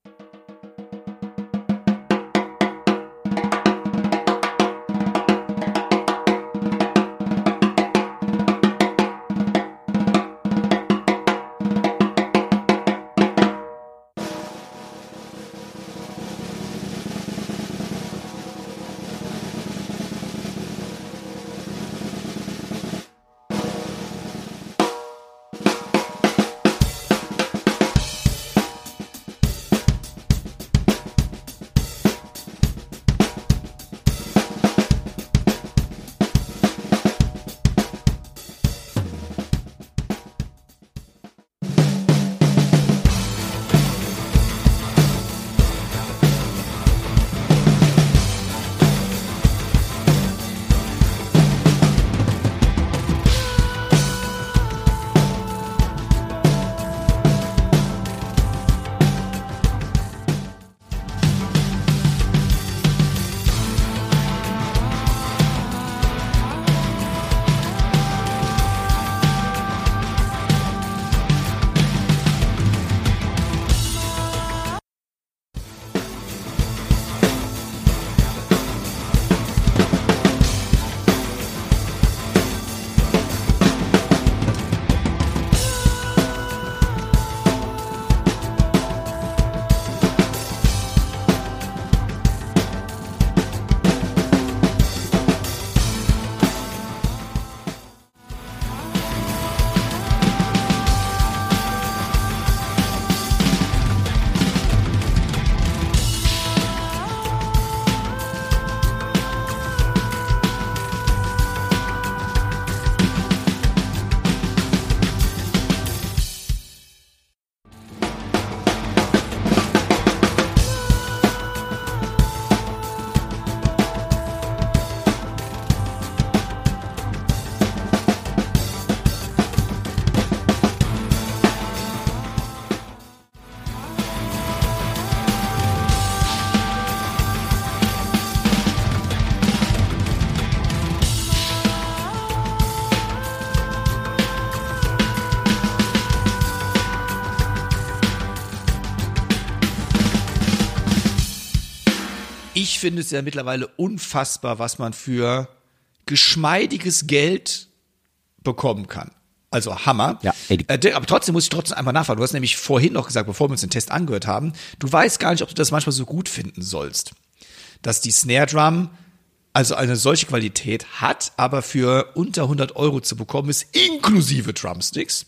Ich finde es ja mittlerweile unfassbar, was man für geschmeidiges Geld bekommen kann. Also Hammer. Ja, aber trotzdem muss ich einmal nachfragen. Du hast nämlich vorhin noch gesagt, bevor wir uns den Test angehört haben, du weißt gar nicht, ob du das manchmal so gut finden sollst. Dass die Snare Drum also eine solche Qualität hat, aber für unter 100 € zu bekommen ist, inklusive Drumsticks.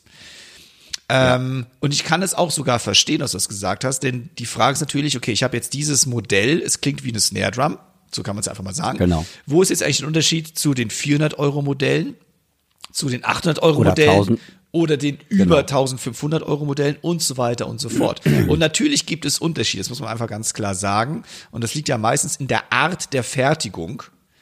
Und ich kann es auch sogar verstehen, dass du das gesagt hast, denn die Frage ist natürlich, okay, ich habe jetzt dieses Modell, es klingt wie eine Snare Drum, so kann man es einfach mal sagen. Genau. Wo ist jetzt eigentlich der Unterschied zu den 400 € Modellen, zu den 800 € Modellen 1000. oder den über 1500 € Modellen und so weiter und so fort. Und natürlich gibt es Unterschiede, das muss man einfach ganz klar sagen. Und das liegt ja meistens in der Art der Fertigung.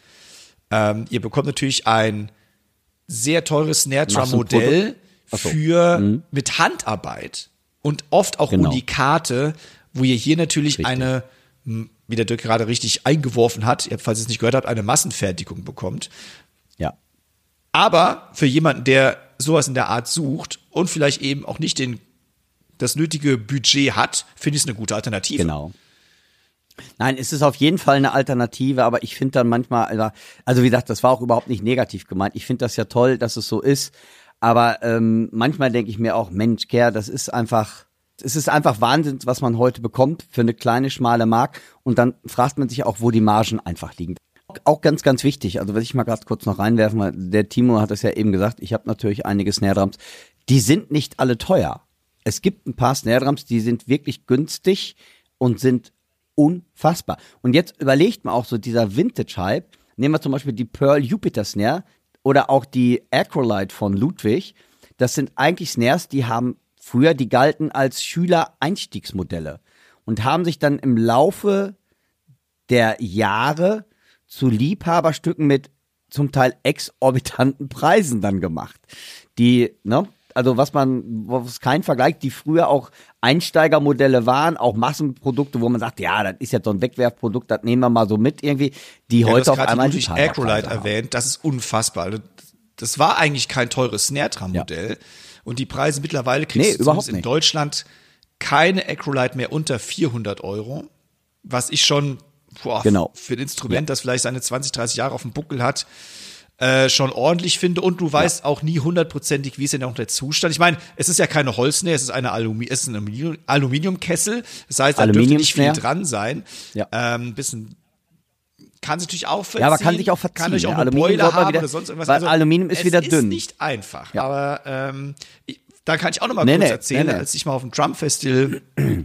Ihr bekommt natürlich ein sehr teures Snare Drum Modell für mit Handarbeit und oft auch Unikate, wo ihr hier natürlich eine, wie der Dirk gerade richtig eingeworfen hat, falls ihr es nicht gehört habt, eine Massenfertigung bekommt. Ja. Aber für jemanden, der sowas in der Art sucht und vielleicht eben auch nicht das nötige Budget hat, finde ich es eine gute Alternative. Genau. Nein, es ist auf jeden Fall eine Alternative, aber ich finde dann manchmal, also wie gesagt, das war auch überhaupt nicht negativ gemeint. Ich finde das ja toll, dass es so ist, aber manchmal denke ich mir auch, Mensch, Kerr, das ist einfach, es ist einfach Wahnsinn, was man heute bekommt für eine kleine, schmale Mark. Und dann fragt man sich auch, wo die Margen einfach liegen. Auch ganz, ganz wichtig, also was ich mal gerade kurz noch reinwerfen, weil der Timo hat es ja eben gesagt, ich habe natürlich einige Snare Drums, die sind nicht alle teuer. Es gibt ein paar Snare Drums, die sind wirklich günstig und sind unfassbar. Und jetzt überlegt man auch so dieser Vintage-Hype, nehmen wir zum Beispiel die Pearl Jupiter Snare oder auch die Acrolite von Ludwig, das sind eigentlich Snares, die galten als Schüler-Einstiegsmodelle und haben sich dann im Laufe der Jahre zu Liebhaberstücken mit zum Teil exorbitanten Preisen dann gemacht. Die, ne, also was kein Vergleich, die früher auch Einsteigermodelle waren, auch Massenprodukte, wo man sagt, ja, das ist jetzt so ein Wegwerfprodukt, das nehmen wir mal so mit irgendwie, die heute auf einmal die Acrolite erwähnt, das ist unfassbar. Das war eigentlich kein teures Snare-Drum-Modell. Ja. Und die Preise mittlerweile kriegst du in Deutschland keine Acrolite mehr unter 400 €, was ich schon für ein Instrument, das vielleicht seine 20, 30 Jahre auf dem Buckel hat, schon ordentlich finde. Und du weißt auch nie hundertprozentig, wie ist denn auch der Zustand. Ich meine, es ist ja keine Holznähe, es ist ein Aluminiumkessel. Das heißt, da dürfte nicht viel dran sein. Ja. Ein bisschen kann es natürlich auch verziehen. Ja, aber kann sich auch verziehen. Kann natürlich auch eine Beule haben oder sonst irgendwas. Weil Aluminium ist wieder dünn. Es ist nicht einfach, aber da kann ich auch noch mal kurz erzählen, als ich mal auf dem Drum Festival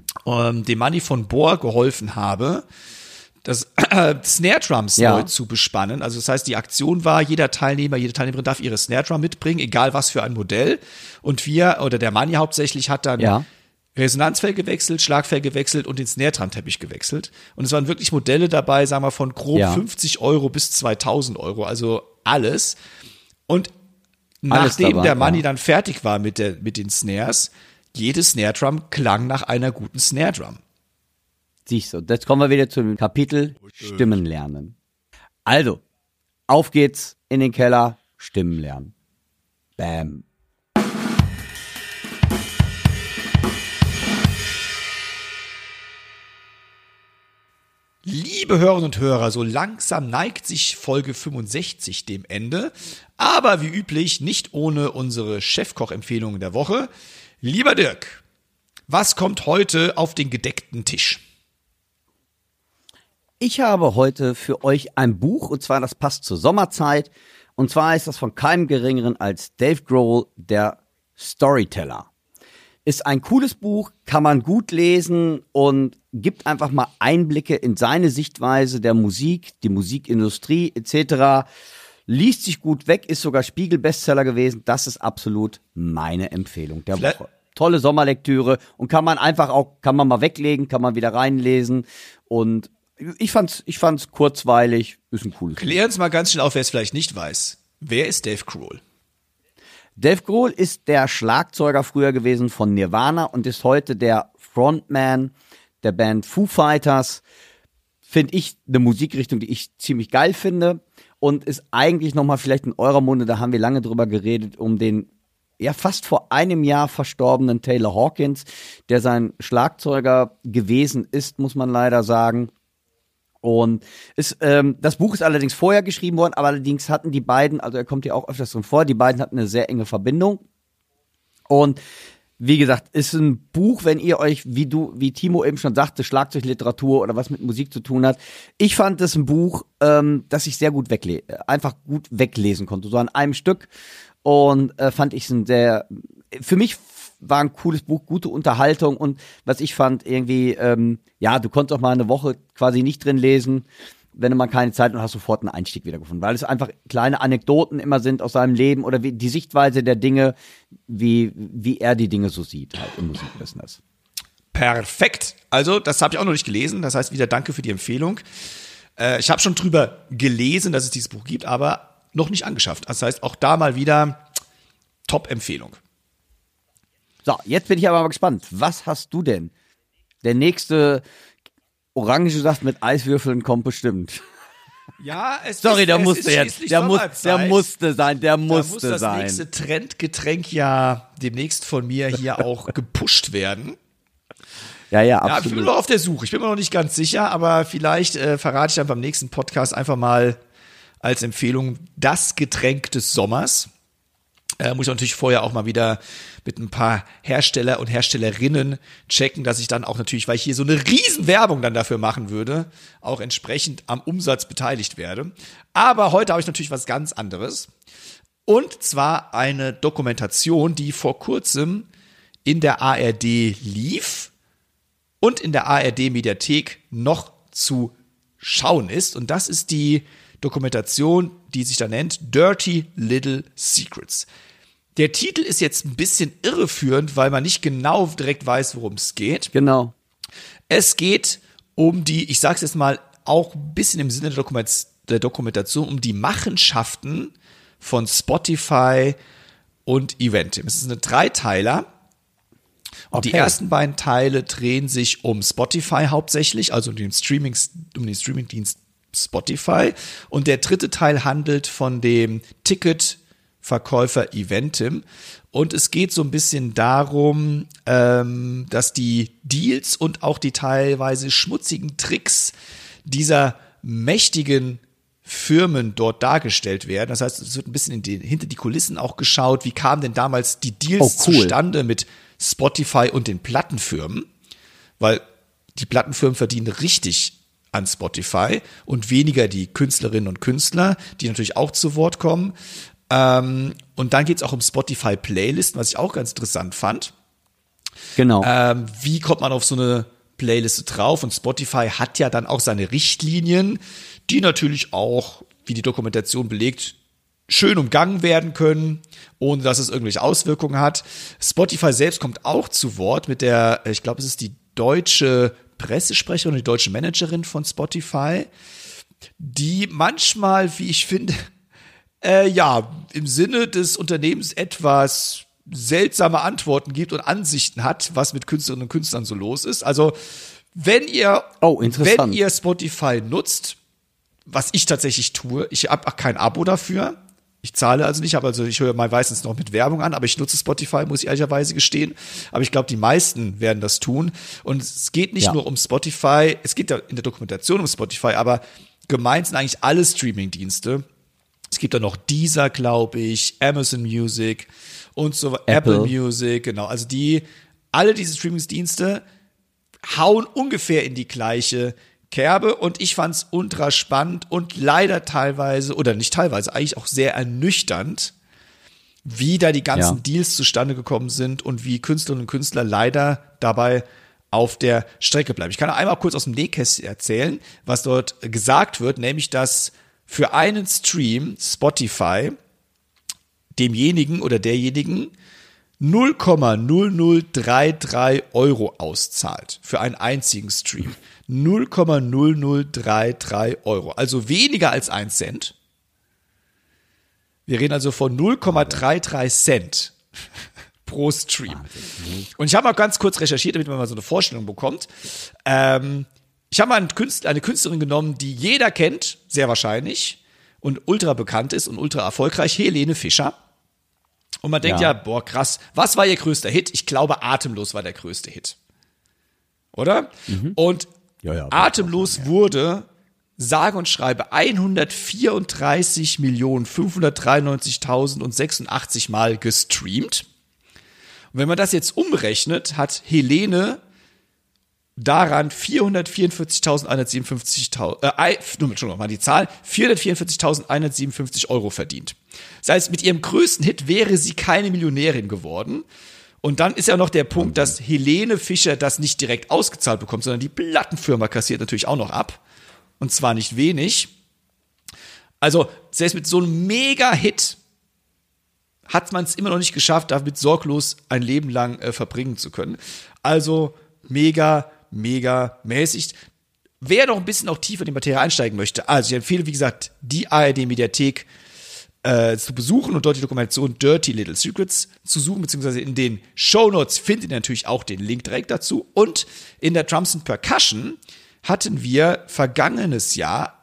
dem Manni von Bohr geholfen habe, das Snare Drums neu zu bespannen. Also das heißt, die Aktion war, jede Teilnehmerin darf ihre Snare Drum mitbringen, egal was für ein Modell. Und der Manni hauptsächlich hat dann Resonanzfell gewechselt, Schlagfell gewechselt und den Snare-Drum-Teppich gewechselt. Und es waren wirklich Modelle dabei, sagen wir, von grob 50 € bis 2000 €, also alles. Und nachdem der Manni dann fertig war mit den Snares, jede Snare-Drum klang nach einer guten Snare-Drum. Siehst du, jetzt kommen wir wieder zum Kapitel Stimmen lernen. Also, auf geht's in den Keller, Stimmen lernen. Bam. Liebe Hörerinnen und Hörer, so langsam neigt sich Folge 65 dem Ende, aber wie üblich nicht ohne unsere Chefkoch-Empfehlungen der Woche. Lieber Dirk, was kommt heute auf den gedeckten Tisch? Ich habe heute für euch ein Buch, und zwar das passt zur Sommerzeit, und zwar ist das von keinem Geringeren als Dave Grohl, der Storyteller. Ist ein cooles Buch, kann man gut lesen und gibt einfach mal Einblicke in seine Sichtweise der Musik, die Musikindustrie etc. Liest sich gut weg, ist sogar Spiegel-Bestseller gewesen. Das ist absolut meine Empfehlung der Woche. Tolle Sommerlektüre und kann man mal weglegen, kann man wieder reinlesen und ich fand's kurzweilig, ist ein cooles Buch. Klär uns mal ganz schnell auf, wer es vielleicht nicht weiß. Wer ist Dave Grohl? Dave Grohl ist der Schlagzeuger früher gewesen von Nirvana und ist heute der Frontman der Band Foo Fighters. Finde ich eine Musikrichtung, die ich ziemlich geil finde und ist eigentlich nochmal vielleicht in eurer Munde, da haben wir lange drüber geredet, um den fast vor einem Jahr verstorbenen Taylor Hawkins, der sein Schlagzeuger gewesen ist, muss man leider sagen. Und das Buch ist allerdings vorher geschrieben worden, aber allerdings hatten die beiden, also er kommt ja auch öfters drin vor, die beiden hatten eine sehr enge Verbindung. Und wie gesagt, ist ein Buch, wenn ihr euch, wie Timo eben schon sagte, Schlagzeugliteratur oder was mit Musik zu tun hat. Ich fand das ein Buch, das ich sehr gut einfach gut weglesen konnte, so an einem Stück. Und fand ich für mich war ein cooles Buch, gute Unterhaltung und was ich fand irgendwie, du konntest auch mal eine Woche quasi nicht drin lesen, wenn du mal keine Zeit und hast sofort einen Einstieg wiedergefunden, weil es einfach kleine Anekdoten immer sind aus seinem Leben oder wie die Sichtweise der Dinge, wie er die Dinge so sieht halt im Musikbusiness. Perfekt. Also, das habe ich auch noch nicht gelesen, das heißt wieder danke für die Empfehlung. Ich habe schon drüber gelesen, dass es dieses Buch gibt, aber noch nicht angeschafft. Das heißt, auch da mal wieder Top-Empfehlung. So, jetzt bin ich aber mal gespannt. Was hast du denn? Der nächste Orangensaft mit Eiswürfeln kommt bestimmt. Ja, der musste sein. Da muss das nächste Trendgetränk ja demnächst von mir hier auch gepusht werden. Ja, absolut. Ich bin noch auf der Suche. Ich bin mir noch nicht ganz sicher, aber vielleicht verrate ich dann beim nächsten Podcast einfach mal als Empfehlung das Getränk des Sommers. Muss ich natürlich vorher auch mal wieder mit ein paar Hersteller und Herstellerinnen checken, dass ich dann auch natürlich, weil ich hier so eine riesen Werbung dann dafür machen würde, auch entsprechend am Umsatz beteiligt werde. Aber heute habe ich natürlich was ganz anderes. Und zwar eine Dokumentation, die vor kurzem in der ARD lief und in der ARD-Mediathek noch zu schauen ist. Und das ist die Dokumentation, die sich da nennt Dirty Little Secrets. Der Titel ist jetzt ein bisschen irreführend, weil man nicht genau direkt weiß, worum es geht. Genau. Es geht um die, ich sag's jetzt mal auch ein bisschen im Sinne der Dokumentation, um die Machenschaften von Spotify und Eventim. Es ist eine Dreiteiler. Und die ersten beiden Teile drehen sich um Spotify hauptsächlich, also um den Streamingdienst Spotify. Und der dritte Teil handelt von dem Ticketverkäufer Eventim. Und es geht so ein bisschen darum, dass die Deals und auch die teilweise schmutzigen Tricks dieser mächtigen Firmen dort dargestellt werden. Das heißt, es wird ein bisschen hinter die Kulissen auch geschaut, wie kamen denn damals die Deals zustande mit Spotify und den Plattenfirmen, weil die Plattenfirmen verdienen richtig an Spotify und weniger die Künstlerinnen und Künstler, die natürlich auch zu Wort kommen. Und dann geht es auch um Spotify-Playlisten, was ich auch ganz interessant fand. Genau. Wie kommt man auf so eine Playliste drauf? Und Spotify hat ja dann auch seine Richtlinien, die natürlich auch, wie die Dokumentation belegt, schön umgangen werden können, ohne dass es irgendwelche Auswirkungen hat. Spotify selbst kommt auch zu Wort mit der, ich glaube, es ist die deutsche Pressesprecherin und die deutsche Managerin von Spotify, die manchmal, wie ich finde, im Sinne des Unternehmens etwas seltsame Antworten gibt und Ansichten hat, was mit Künstlerinnen und Künstlern so los ist. Also, wenn ihr Spotify nutzt, was ich tatsächlich tue, ich habe auch kein Abo dafür. Ich zahle also nicht, ich höre mal meistens noch mit Werbung an, aber ich nutze Spotify, muss ich ehrlicherweise gestehen. Aber ich glaube, die meisten werden das tun. Und es geht nicht nur um Spotify, es geht ja in der Dokumentation um Spotify, aber gemeint sind eigentlich alle Streaming-Dienste. Es gibt da noch Deezer, glaube ich, Amazon Music und so, Apple Music, genau. Also alle diese Streaming-Dienste hauen ungefähr in die gleiche Kerbe und ich fand's ultra spannend und leider teilweise, oder nicht teilweise, eigentlich auch sehr ernüchternd, wie da die ganzen Deals zustande gekommen sind und wie Künstlerinnen und Künstler leider dabei auf der Strecke bleiben. Ich kann einmal kurz aus dem Nähkästchen erzählen, was dort gesagt wird, nämlich, dass für einen Stream Spotify demjenigen oder derjenigen 0,0033 Euro auszahlt für einen einzigen Stream. 0,0033 Euro, also weniger als 1 Cent. Wir reden also von 0,33 Cent pro Stream. Und ich habe mal ganz kurz recherchiert, damit man mal so eine Vorstellung bekommt. Ich habe mal eine Künstlerin genommen, die jeder kennt, sehr wahrscheinlich, und ultra bekannt ist und ultra erfolgreich, Helene Fischer. Und man denkt boah, krass, was war ihr größter Hit? Ich glaube, Atemlos war der größte Hit. Oder? Und Atemlos wurde, sage und schreibe, 134.593.086 Mal gestreamt. Und wenn man das jetzt umrechnet, hat Helene daran 444.157 Euro verdient. Das heißt, mit ihrem größten Hit wäre sie keine Millionärin geworden. Und dann ist ja noch der Punkt, dass Helene Fischer das nicht direkt ausgezahlt bekommt, sondern die Plattenfirma kassiert natürlich auch noch ab. Und zwar nicht wenig. Also, selbst mit so einem Mega-Hit hat man es immer noch nicht geschafft, damit sorglos ein Leben lang verbringen zu können. Also, mega mäßig. Wer noch ein bisschen auch tiefer in die Materie einsteigen möchte, also ich empfehle, wie gesagt, die ARD-Mediathek zu besuchen und dort die Dokumentation Dirty Little Secrets zu suchen, beziehungsweise in den Shownotes findet ihr natürlich auch den Link direkt dazu. Und in der Drums and Percussion hatten wir vorletztes Jahr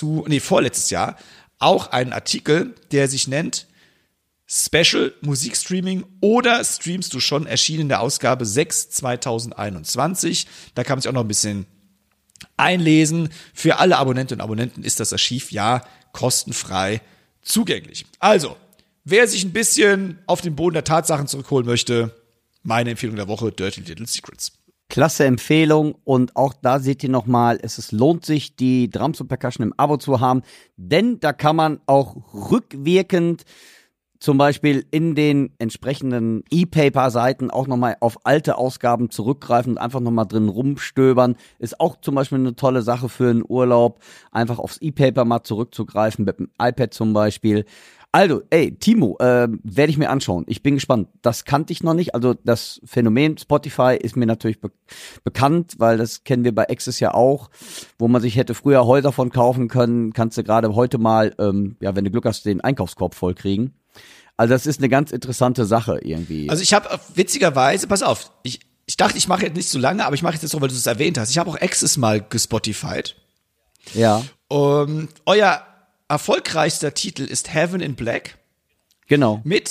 auch einen Artikel, der sich nennt Special Musikstreaming oder streamst du schon, erschienen in der Ausgabe 6 2021. Da kann man sich auch noch ein bisschen einlesen. Für alle Abonnentinnen und Abonnenten ist das Archiv kostenfrei zugänglich. Also, wer sich ein bisschen auf den Boden der Tatsachen zurückholen möchte, meine Empfehlung der Woche, Dirty Little Secrets. Klasse Empfehlung und auch da seht ihr nochmal, lohnt sich, die Drums und Percussion im Abo zu haben, denn da kann man auch rückwirkend zum Beispiel in den entsprechenden E-Paper-Seiten auch nochmal auf alte Ausgaben zurückgreifen und einfach nochmal drin rumstöbern. Ist auch zum Beispiel eine tolle Sache für einen Urlaub, einfach aufs E-Paper mal zurückzugreifen, mit dem iPad zum Beispiel. Also, Timo, werde ich mir anschauen. Ich bin gespannt. Das kannte ich noch nicht. Also das Phänomen Spotify ist mir natürlich bekannt, weil das kennen wir bei Access ja auch, wo man sich hätte früher Häuser von kaufen können, kannst du gerade heute mal, wenn du Glück hast, den Einkaufskorb voll kriegen. Also das ist eine ganz interessante Sache irgendwie. Also ich habe witzigerweise, pass auf, ich dachte, ich mache jetzt nicht so lange, aber ich mache jetzt so, weil du es erwähnt hast. Ich habe auch Access mal gespotified. Ja. Euer erfolgreichster Titel ist Heaven in Black. Genau. Mit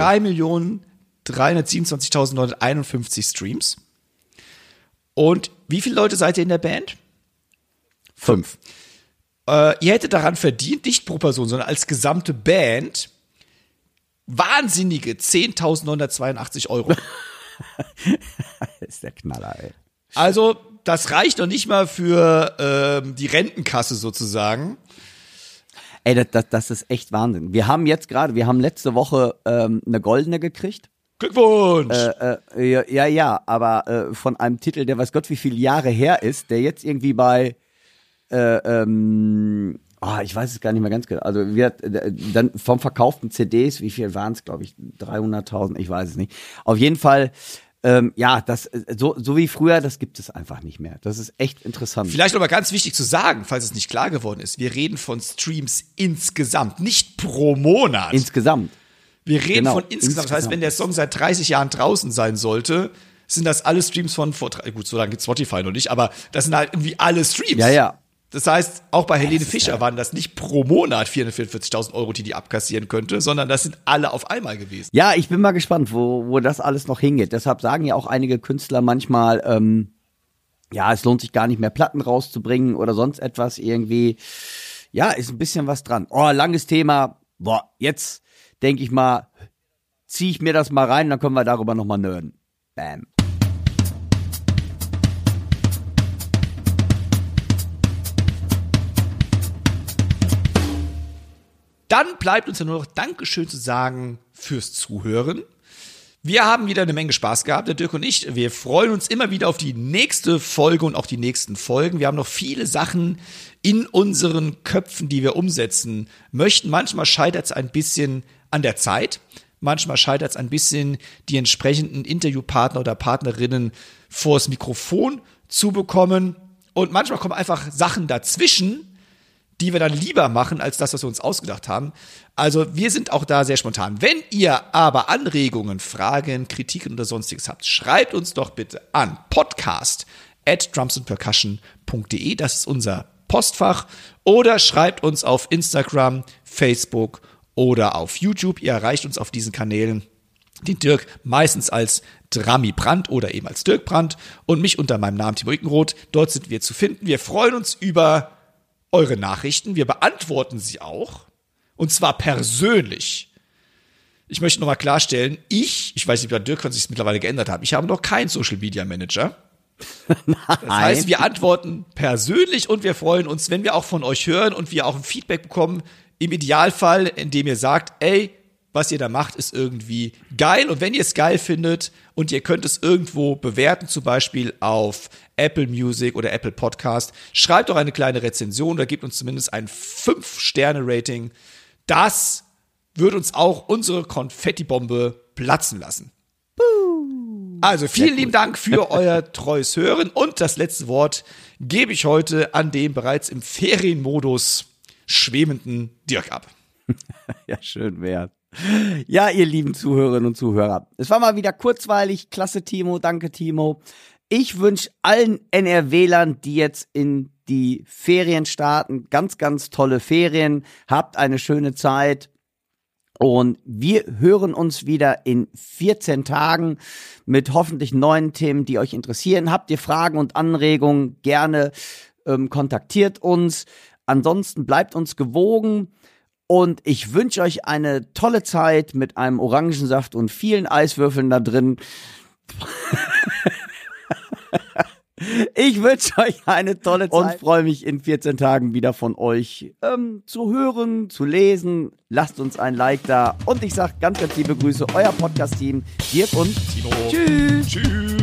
3.327.951 Streams. Und wie viele Leute seid ihr in der Band? 5. Ihr hättet daran verdient, nicht pro Person, sondern als gesamte Band, wahnsinnige 10.982 Euro. Das ist der Knaller, ey. Also, das reicht noch nicht mal für die Rentenkasse sozusagen. Ey, das ist echt Wahnsinn. Wir haben letzte Woche eine goldene gekriegt. Glückwunsch! Aber von einem Titel, der weiß Gott wie viele Jahre her ist, der jetzt irgendwie bei ich weiß es gar nicht mehr ganz genau. Also dann vom verkauften CDs, wie viel waren es, glaube ich, 300.000, ich weiß es nicht. Auf jeden Fall, das so wie früher, das gibt es einfach nicht mehr. Das ist echt interessant. Vielleicht noch mal ganz wichtig zu sagen, falls es nicht klar geworden ist, wir reden von Streams insgesamt, nicht pro Monat. Insgesamt. Wir reden von insgesamt. Das heißt, wenn der Song seit 30 Jahren draußen sein sollte, sind das alle Streams von gut, so lange gibt Spotify noch nicht, aber das sind halt irgendwie alle Streams. Ja. Das heißt, auch bei Helene Fischer waren das nicht pro Monat 444.000 Euro, die abkassieren könnte, sondern das sind alle auf einmal gewesen. Ja, ich bin mal gespannt, wo das alles noch hingeht. Deshalb sagen ja auch einige Künstler manchmal, es lohnt sich gar nicht mehr, Platten rauszubringen oder sonst etwas irgendwie. Ja, ist ein bisschen was dran. Langes Thema. Jetzt denke ich mal, ziehe ich mir das mal rein, dann können wir darüber nochmal nerden. Bam. Dann bleibt uns ja nur noch Dankeschön zu sagen fürs Zuhören. Wir haben wieder eine Menge Spaß gehabt, der Dirk und ich. Wir freuen uns immer wieder auf die nächste Folge und auch die nächsten Folgen. Wir haben noch viele Sachen in unseren Köpfen, die wir umsetzen möchten. Manchmal scheitert es ein bisschen an der Zeit. Manchmal scheitert es ein bisschen, die entsprechenden Interviewpartner oder Partnerinnen vors Mikrofon zu bekommen. Und manchmal kommen einfach Sachen dazwischen, die wir dann lieber machen, als das, was wir uns ausgedacht haben. Also wir sind auch da sehr spontan. Wenn ihr aber Anregungen, Fragen, Kritiken oder sonstiges habt, schreibt uns doch bitte an podcast@drumsandpercussion.de. Das ist unser Postfach. Oder schreibt uns auf Instagram, Facebook oder auf YouTube. Ihr erreicht uns auf diesen Kanälen. Den Dirk meistens als Drami Brandt oder eben als Dirk Brandt und mich unter meinem Namen Timo Ickenroth. Dort sind wir zu finden. Wir freuen uns über eure Nachrichten. Wir beantworten sie auch. Und zwar persönlich. Ich möchte nochmal klarstellen, ich weiß nicht, bei Dirk kann sich mittlerweile geändert haben. Ich habe noch keinen Social Media Manager. Das heißt, wir antworten persönlich und wir freuen uns, wenn wir auch von euch hören und wir auch ein Feedback bekommen. Im Idealfall, indem ihr sagt, was ihr da macht, ist irgendwie geil. Und wenn ihr es geil findet und ihr könnt es irgendwo bewerten, zum Beispiel auf Apple Music oder Apple Podcast, schreibt doch eine kleine Rezension oder gebt uns zumindest ein 5-Sterne-Rating. Das wird uns auch unsere Konfettibombe platzen lassen. Also vielen lieben Dank für euer treues Hören und das letzte Wort gebe ich heute an den bereits im Ferienmodus schwebenden Dirk ab. Ja, schön wert. Ja, ihr lieben Zuhörerinnen und Zuhörer, es war mal wieder kurzweilig. Klasse, Timo, danke, Timo. Ich wünsche allen NRWlern, die jetzt in die Ferien starten, ganz, ganz tolle Ferien. Habt eine schöne Zeit. Und wir hören uns wieder in 14 Tagen mit hoffentlich neuen Themen, die euch interessieren. Habt ihr Fragen und Anregungen, gerne kontaktiert uns. Ansonsten bleibt uns gewogen. Und ich wünsche euch eine tolle Zeit mit einem Orangensaft und vielen Eiswürfeln da drin. Ich wünsche euch eine tolle Zeit und freue mich in 14 Tagen wieder von euch zu hören, zu lesen. Lasst uns ein Like da und ich sage ganz, ganz liebe Grüße, euer Podcast-Team, Dirk und Timo. Tschüss. Tschüss.